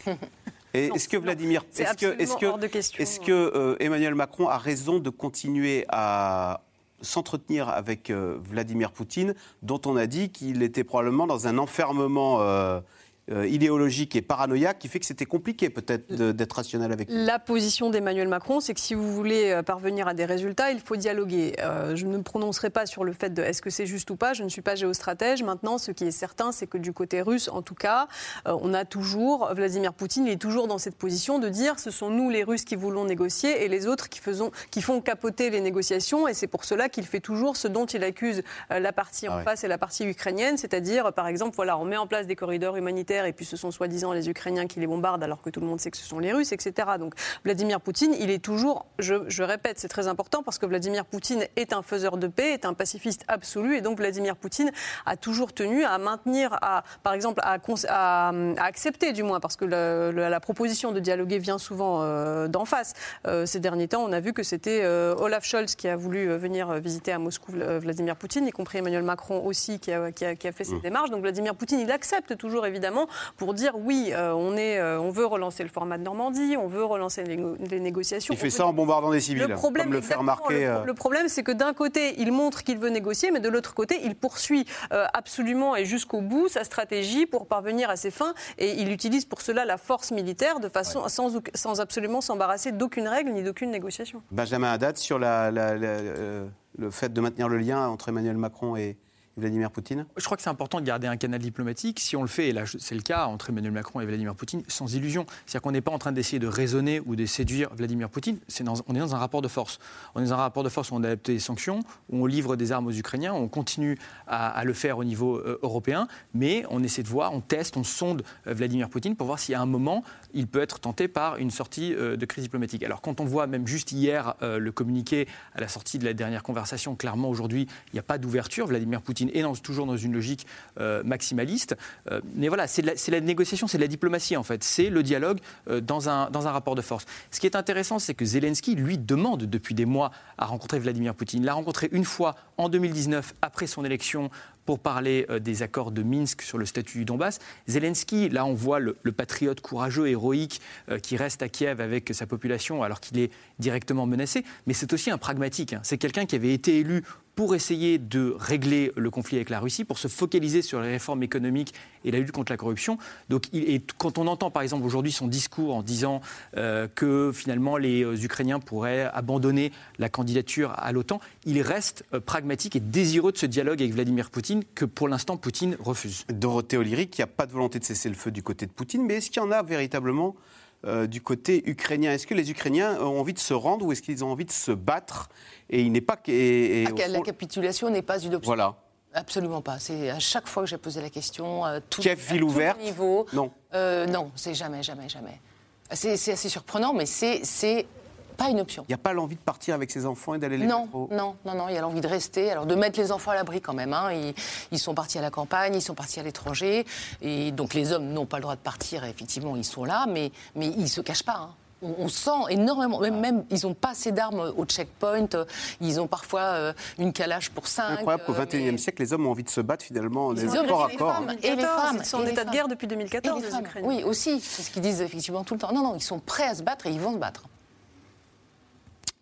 Et non, est-ce que Vladimir, c'est est-ce que, est-ce que, hors de question. Est-ce que euh, Emmanuel Macron a raison de continuer à s'entretenir avec euh, Vladimir Poutine, dont on a dit qu'il était probablement dans un enfermement euh, euh, idéologique et paranoïaque qui fait que c'était compliqué peut-être de, d'être rationnel avec lui. La position d'Emmanuel Macron, c'est que si vous voulez parvenir à des résultats, il faut dialoguer. Euh, je ne me prononcerai pas sur le fait de est-ce que c'est juste ou pas, je ne suis pas géostratège. Maintenant, ce qui est certain, c'est que du côté russe, en tout cas, euh, on a toujours, Vladimir Poutine est toujours dans cette position de dire ce sont nous les Russes qui voulons négocier et les autres qui, faisons, qui font capoter les négociations, et c'est pour cela qu'il fait toujours ce dont il accuse euh, la partie en ah ouais. face et la partie ukrainienne, c'est-à-dire, par exemple, voilà, on met en place des corridors humanitaires et puis ce sont soi-disant les Ukrainiens qui les bombardent alors que tout le monde sait que ce sont les Russes, et cetera. Donc Vladimir Poutine, il est toujours, je, je répète, c'est très important parce que Vladimir Poutine est un faiseur de paix, est un pacifiste absolu, et donc Vladimir Poutine a toujours tenu à maintenir, à, par exemple, à, à, à accepter du moins, parce que le, le, la proposition de dialoguer vient souvent euh, d'en face. Euh, ces derniers temps, on a vu que c'était euh, Olaf Scholz qui a voulu venir visiter à Moscou Vladimir Poutine, y compris Emmanuel Macron aussi qui a, qui a, qui a fait cette mmh. démarche. Donc Vladimir Poutine, il accepte toujours évidemment pour dire oui, euh, on, est, euh, on veut relancer le format de Normandie, on veut relancer les, les négociations. Il fait ça en bombardant des civils, le problème, comme le fait remarquer... Le, le problème, c'est que d'un côté, il montre qu'il veut négocier, mais de l'autre côté, il poursuit euh, absolument et jusqu'au bout sa stratégie pour parvenir à ses fins, et il utilise pour cela la force militaire de façon ouais. sans, sans absolument s'embarrasser d'aucune règle ni d'aucune négociation. Benjamin Haddad, sur la, la, la, euh, le fait de maintenir le lien entre Emmanuel Macron et Vladimir Poutine ? Je crois que c'est important de garder un canal diplomatique. Si on le fait, et là c'est le cas entre Emmanuel Macron et Vladimir Poutine, sans illusion. C'est-à-dire qu'on n'est pas en train d'essayer de raisonner ou de séduire Vladimir Poutine. C'est dans, on est dans un rapport de force. On est dans un rapport de force où on a adapté les sanctions, où on livre des armes aux Ukrainiens, on continue à, à le faire au niveau euh, européen, mais on essaie de voir, on teste, on sonde euh, Vladimir Poutine pour voir si à un moment, il peut être tenté par une sortie euh, de crise diplomatique. Alors quand on voit même juste hier euh, le communiqué à la sortie de la dernière conversation, clairement aujourd'hui, il n'y a pas d'ouverture. Vladimir Poutine est dans, toujours dans une logique euh, maximaliste. Euh, mais voilà, c'est, la, c'est la négociation, c'est de la diplomatie en fait. C'est le dialogue euh, dans, un, dans un rapport de force. Ce qui est intéressant, c'est que Zelensky, lui, demande depuis des mois à rencontrer Vladimir Poutine. Il l'a rencontré une fois en deux mille dix-neuf, après son élection, pour parler euh, des accords de Minsk sur le statut du Donbass. Zelensky, là on voit le, le patriote courageux, héroïque, euh, qui reste à Kiev avec sa population alors qu'il est directement menacé, mais c'est aussi un pragmatique. Hein. C'est quelqu'un qui avait été élu pour essayer de régler le conflit avec la Russie, pour se focaliser sur les réformes économiques et la lutte contre la corruption. Donc, il, et quand on entend par exemple aujourd'hui son discours en disant euh, que finalement les euh, Ukrainiens pourraient abandonner la candidature à l'OTAN, il reste euh, pragmatique et désireux de ce dialogue avec Vladimir Poutine que pour l'instant Poutine refuse. Dorothée Olyric, il n'y a pas de volonté de cesser le feu du côté de Poutine, mais est-ce qu'il y en a véritablement euh, du côté ukrainien ? Est-ce que les Ukrainiens ont envie de se rendre ou est-ce qu'ils ont envie de se battre ? Et il n'est pas... Et, et, ah, la capitulation n'est pas une option. Voilà. Absolument pas. C'est à chaque fois que j'ai posé la question, euh, tout, Kiev, ville ouverte. Niveau, non. Euh, non, c'est jamais, jamais, jamais. C'est, c'est assez surprenant, mais c'est, c'est pas une option. Il n'y a pas l'envie de partir avec ses enfants et d'aller les non, mettre au... non, non, non. Il y a l'envie de rester. Alors de mettre les enfants à l'abri quand même. Hein. Ils, ils sont partis à la campagne, ils sont partis à l'étranger, et donc les hommes n'ont pas le droit de partir. Effectivement, ils sont là, mais mais ils se cachent pas. Hein. On sent énormément, même, même ils n'ont pas assez d'armes au checkpoint, ils ont parfois euh, une calage pour cinq. C'est incroyable qu'au euh, vingt et unième mais... siècle, les hommes ont envie de se battre finalement, les hommes, corps à corps. Et les femmes, ils sont en état de guerre depuis deux mille quatorze, les, les Ukrainiens. Oui, aussi, c'est ce qu'ils disent effectivement tout le temps. Non, non, ils sont prêts à se battre et ils vont se battre.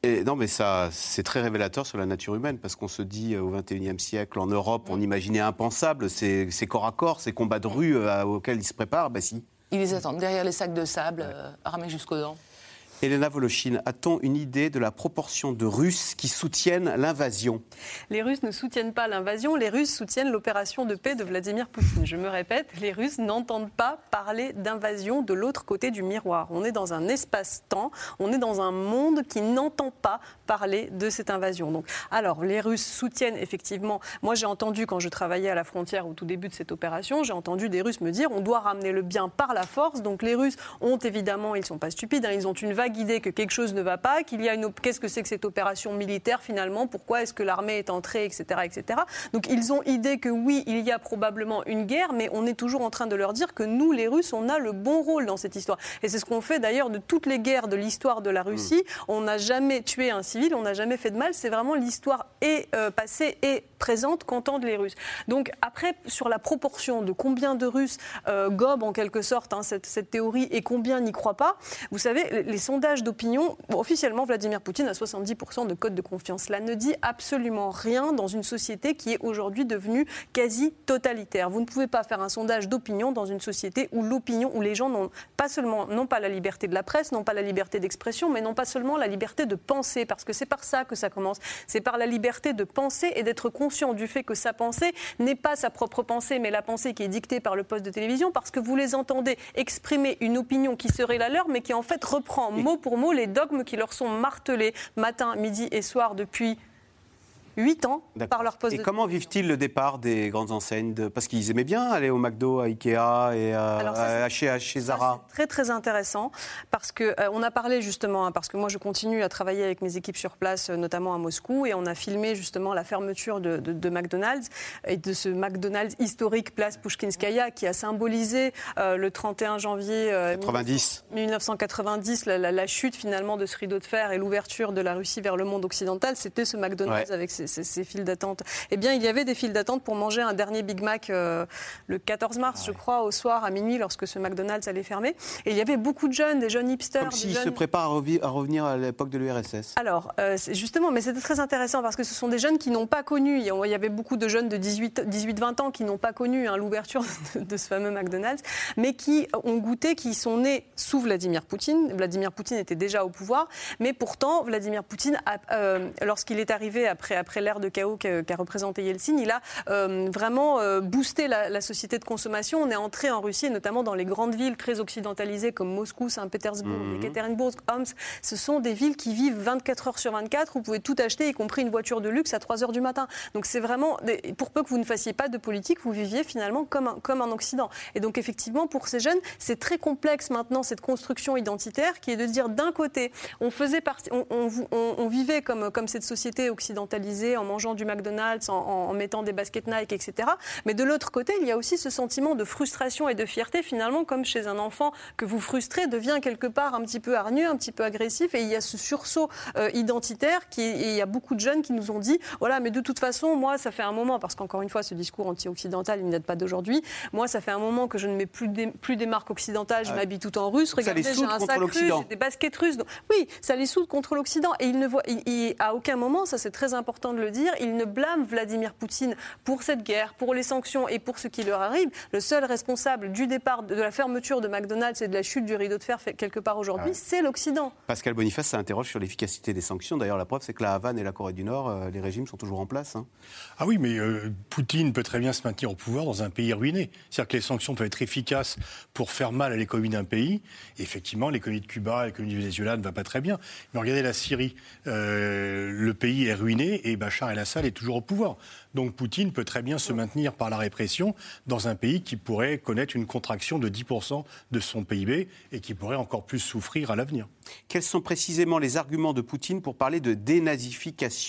Et non, mais ça, c'est très révélateur sur la nature humaine, parce qu'on se dit, au vingt et unième siècle, en Europe, on imaginait impensable ces, ces corps à corps, ces combats de rue euh, auxquels ils se préparent. Ben si. Ils les attendent derrière les sacs de sable, ouais. euh, armés jusqu'aux dents. Elena Voloshin, a-t-on une idée de la proportion de Russes qui soutiennent l'invasion ? Les Russes ne soutiennent pas l'invasion, les Russes soutiennent l'opération de paix de Vladimir Poutine. Je me répète, les Russes n'entendent pas parler d'invasion de l'autre côté du miroir. On est dans un espace-temps, on est dans un monde qui n'entend pas parler de cette invasion. Donc, alors, les Russes soutiennent effectivement... Moi, j'ai entendu, quand je travaillais à la frontière au tout début de cette opération, j'ai entendu des Russes me dire on doit ramener le bien par la force. Donc, les Russes ont évidemment, ils ne sont pas stupides, hein, ils ont une vague idée que quelque chose ne va pas, qu'il y a une... Qu'est-ce que c'est que cette opération militaire finalement ? Pourquoi est-ce que l'armée est entrée, et cetera, et cetera. Donc ils ont idée que oui, il y a probablement une guerre, mais on est toujours en train de leur dire que nous, les Russes, on a le bon rôle dans cette histoire. Et c'est ce qu'on fait d'ailleurs de toutes les guerres de l'histoire de la Russie. Mmh. On n'a jamais tué un civil, on n'a jamais fait de mal. C'est vraiment l'histoire est euh, passée et présente qu'entendent les Russes. Donc après, sur la proportion de combien de Russes euh, gobent en quelque sorte hein, cette, cette théorie et combien n'y croient pas, vous savez, les, les sondages d'opinion, bon, officiellement, Vladimir Poutine a soixante-dix pour cent de cote de confiance. Cela ne dit absolument rien dans une société qui est aujourd'hui devenue quasi totalitaire. Vous ne pouvez pas faire un sondage d'opinion dans une société où l'opinion, où les gens n'ont pas seulement, non pas la liberté de la presse, non pas la liberté d'expression, mais non pas seulement la liberté de penser, parce que c'est par ça que ça commence. C'est par la liberté de penser et d'être conscient du fait que sa pensée n'est pas sa propre pensée, mais la pensée qui est dictée par le poste de télévision, parce que vous les entendez exprimer une opinion qui serait la leur, mais qui en fait reprend mot pour mot les dogmes qui leur sont martelés matin, midi et soir depuis huit ans par leur poste. Et de... comment vivent-ils le départ des grandes enseignes de... Parce qu'ils aimaient bien aller au McDo, à Ikea et à, Alors ça, à chez, chez Zara. C'est très très intéressant parce que euh, on a parlé justement, hein, parce que moi je continue à travailler avec mes équipes sur place, notamment à Moscou, et on a filmé justement la fermeture de, de, de McDonald's et de ce McDonald's historique place Pouchkinskaya qui a symbolisé euh, le trente et un janvier euh, quatre-vingt-dix. mille neuf cent quatre-vingt-dix, la, la, la chute finalement de ce rideau de fer et l'ouverture de la Russie vers le monde occidental. C'était ce McDonald's ouais. avec ses Ces, ces files d'attente. Eh bien, il y avait des files d'attente pour manger un dernier Big Mac euh, le quatorze mars, ah, je crois, au soir, à minuit, lorsque ce McDonald's allait fermer. Et il y avait beaucoup de jeunes, des jeunes hipsters. Comme s'ils jeunes... se préparent à, revi- à revenir à l'époque de l'U R S S. Alors, euh, c'est justement, mais c'était très intéressant parce que ce sont des jeunes qui n'ont pas connu. Il y avait beaucoup de jeunes de dix-huit vingt ans qui n'ont pas connu hein, l'ouverture de, de ce fameux McDonald's, mais qui ont goûté, qui sont nés sous Vladimir Poutine. Vladimir Poutine était déjà au pouvoir, mais pourtant, Vladimir Poutine, a, euh, lorsqu'il est arrivé après, après l'ère de chaos qu'a, qu'a représenté Yeltsin, il a euh, vraiment euh, boosté la, la société de consommation. On est entré en Russie, et notamment dans les grandes villes très occidentalisées comme Moscou, Saint-Pétersbourg, mmh. Ekaterinbourg, Omsk. Ce sont des villes qui vivent vingt-quatre heures sur vingt-quatre. Vous pouvez tout acheter, y compris une voiture de luxe à trois heures du matin. Donc c'est vraiment, des, pour peu que vous ne fassiez pas de politique, vous viviez finalement comme un, comme un Occident. Et donc effectivement, pour ces jeunes, c'est très complexe maintenant cette construction identitaire qui est de dire d'un côté, on faisait partie, on, on, on, on vivait comme, comme cette société occidentalisée en mangeant du McDonald's, en, en mettant des baskets Nike, et cetera. Mais de l'autre côté, il y a aussi ce sentiment de frustration et de fierté, finalement, comme chez un enfant que vous frustrez, devient quelque part un petit peu hargneux, un petit peu agressif. Et il y a ce sursaut euh, identitaire qui, et il y a beaucoup de jeunes qui nous ont dit, voilà, mais de toute façon, moi, ça fait un moment, parce qu'encore une fois, ce discours anti-occidental, il ne date pas d'aujourd'hui. Moi, ça fait un moment que je ne mets plus des, plus des marques occidentales, je ouais. m'habille tout en russe. Regardez, j'ai un sac russe, j'ai des baskets russes. Donc, oui, ça les soude contre l'Occident. Et il ne voit, il, il, à aucun moment, ça c'est très important de le dire, il ne blâme Vladimir Poutine pour cette guerre, pour les sanctions et pour ce qui leur arrive. Le seul responsable du départ, de la fermeture de McDonald's et de la chute du rideau de fer quelque part aujourd'hui, ouais. c'est l'Occident. Pascal Boniface s'interroge sur l'efficacité des sanctions. D'ailleurs, la preuve, c'est que la Havane et la Corée du Nord, euh, les régimes sont toujours en place. Hein. Ah oui, mais euh, Poutine peut très bien se maintenir au pouvoir dans un pays ruiné. C'est-à-dire que les sanctions peuvent être efficaces pour faire mal à l'économie d'un pays. Et effectivement, l'économie de Cuba, l'économie du Venezuela ne va pas très bien. Mais regardez la Syrie. Euh, le pays est ruiné et Bachar el-Assad est toujours au pouvoir. Donc Poutine peut très bien se maintenir par la répression dans un pays qui pourrait connaître une contraction de dix pour cent de son P I B et qui pourrait encore plus souffrir à l'avenir. Quels sont précisément les arguments de Poutine pour parler de dénazification ?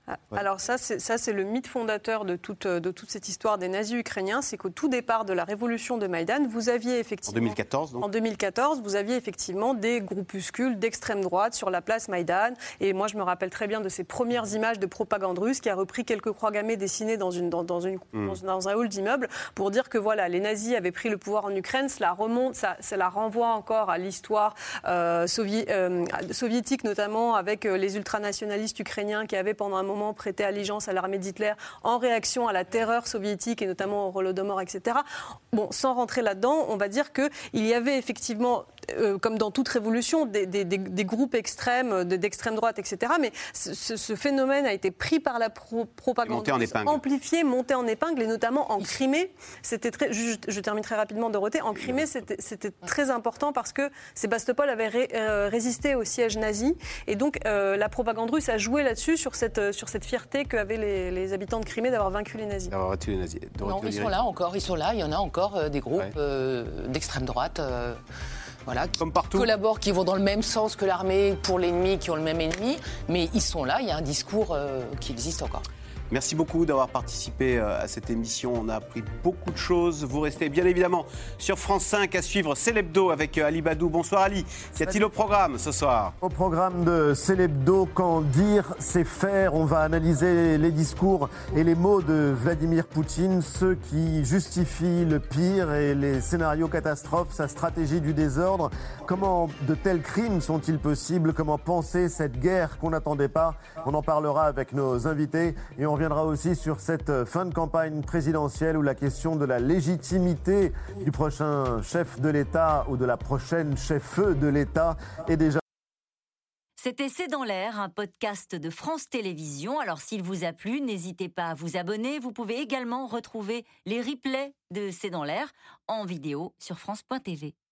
Alors ça, c'est, ça, c'est le mythe fondateur de toute, de toute cette histoire des nazis ukrainiens, c'est qu'au tout départ de la révolution de Maïdan, vous aviez effectivement... En deux mille quatorze, donc. En deux mille quatorze, vous aviez effectivement des groupuscules d'extrême droite sur la place Maïdan. Et moi, je me rappelle très bien de ces premières images de propagande russe qui a repris quelques croix gammées dessinées dans, une, dans, dans, une, mmh. dans, dans un hall d'immeuble pour dire que voilà, les nazis avaient pris le pouvoir en Ukraine. Cela remonte, ça, cela renvoie encore à l'histoire euh, sovi- euh, soviétique, notamment avec euh, les ultranationalistes ukrainiens qui avaient pendant un moment prêté allégeance à l'armée d'Hitler en réaction à la terreur soviétique et notamment au Holodomor, et cetera. Bon, sans rentrer là-dedans, on va dire qu'il y avait effectivement, euh, comme dans toute révolution, des, des, des, des groupes extrêmes, d'extrême droite, et cetera. Mais ce, ce phénomène a été pris par la pro- propagande, amplifié, monté en épingle, et notamment en Crimée. C'était très, je, je termine très rapidement, Dorothée. En Crimée, c'était, c'était très important parce que Sébastopol avait ré, euh, résisté au siège nazi. Et donc, euh, la propagande russe a joué là-dessus, sur cette, sur cette fierté qu'avaient les, les habitants de Crimée d'avoir vaincu les nazis. D'avoir vaincu les nazis. Non, ils sont là encore, ils sont là. Il y en a encore euh, des groupes ouais. euh, d'extrême droite. Euh, Voilà, qui Comme partout. collaborent, qui vont dans le même sens que l'armée pour l'ennemi, qui ont le même ennemi, mais ils sont là, il y a un discours euh, qui existe encore. Merci beaucoup d'avoir participé à cette émission. On a appris beaucoup de choses. Vous restez bien évidemment sur France cinq à suivre C'est l'Hebdo avec Ali Badou. Bonsoir Ali. Qu'y a-t-il au programme ce soir ? Au programme de C'est l'Hebdo, quand dire c'est faire, on va analyser les discours et les mots de Vladimir Poutine, ceux qui justifient le pire et les scénarios catastrophes, sa stratégie du désordre. Comment de tels crimes sont-ils possibles ? Comment penser cette guerre qu'on n'attendait pas ? On en parlera avec nos invités et on On reviendra aussi sur cette fin de campagne présidentielle où la question de la légitimité du prochain chef de l'État ou de la prochaine chef-feu de l'État est déjà... C'était C'est dans l'air, un podcast de France Télévisions. Alors s'il vous a plu, n'hésitez pas à vous abonner. Vous pouvez également retrouver les replays de C'est dans l'air en vidéo sur France point T V.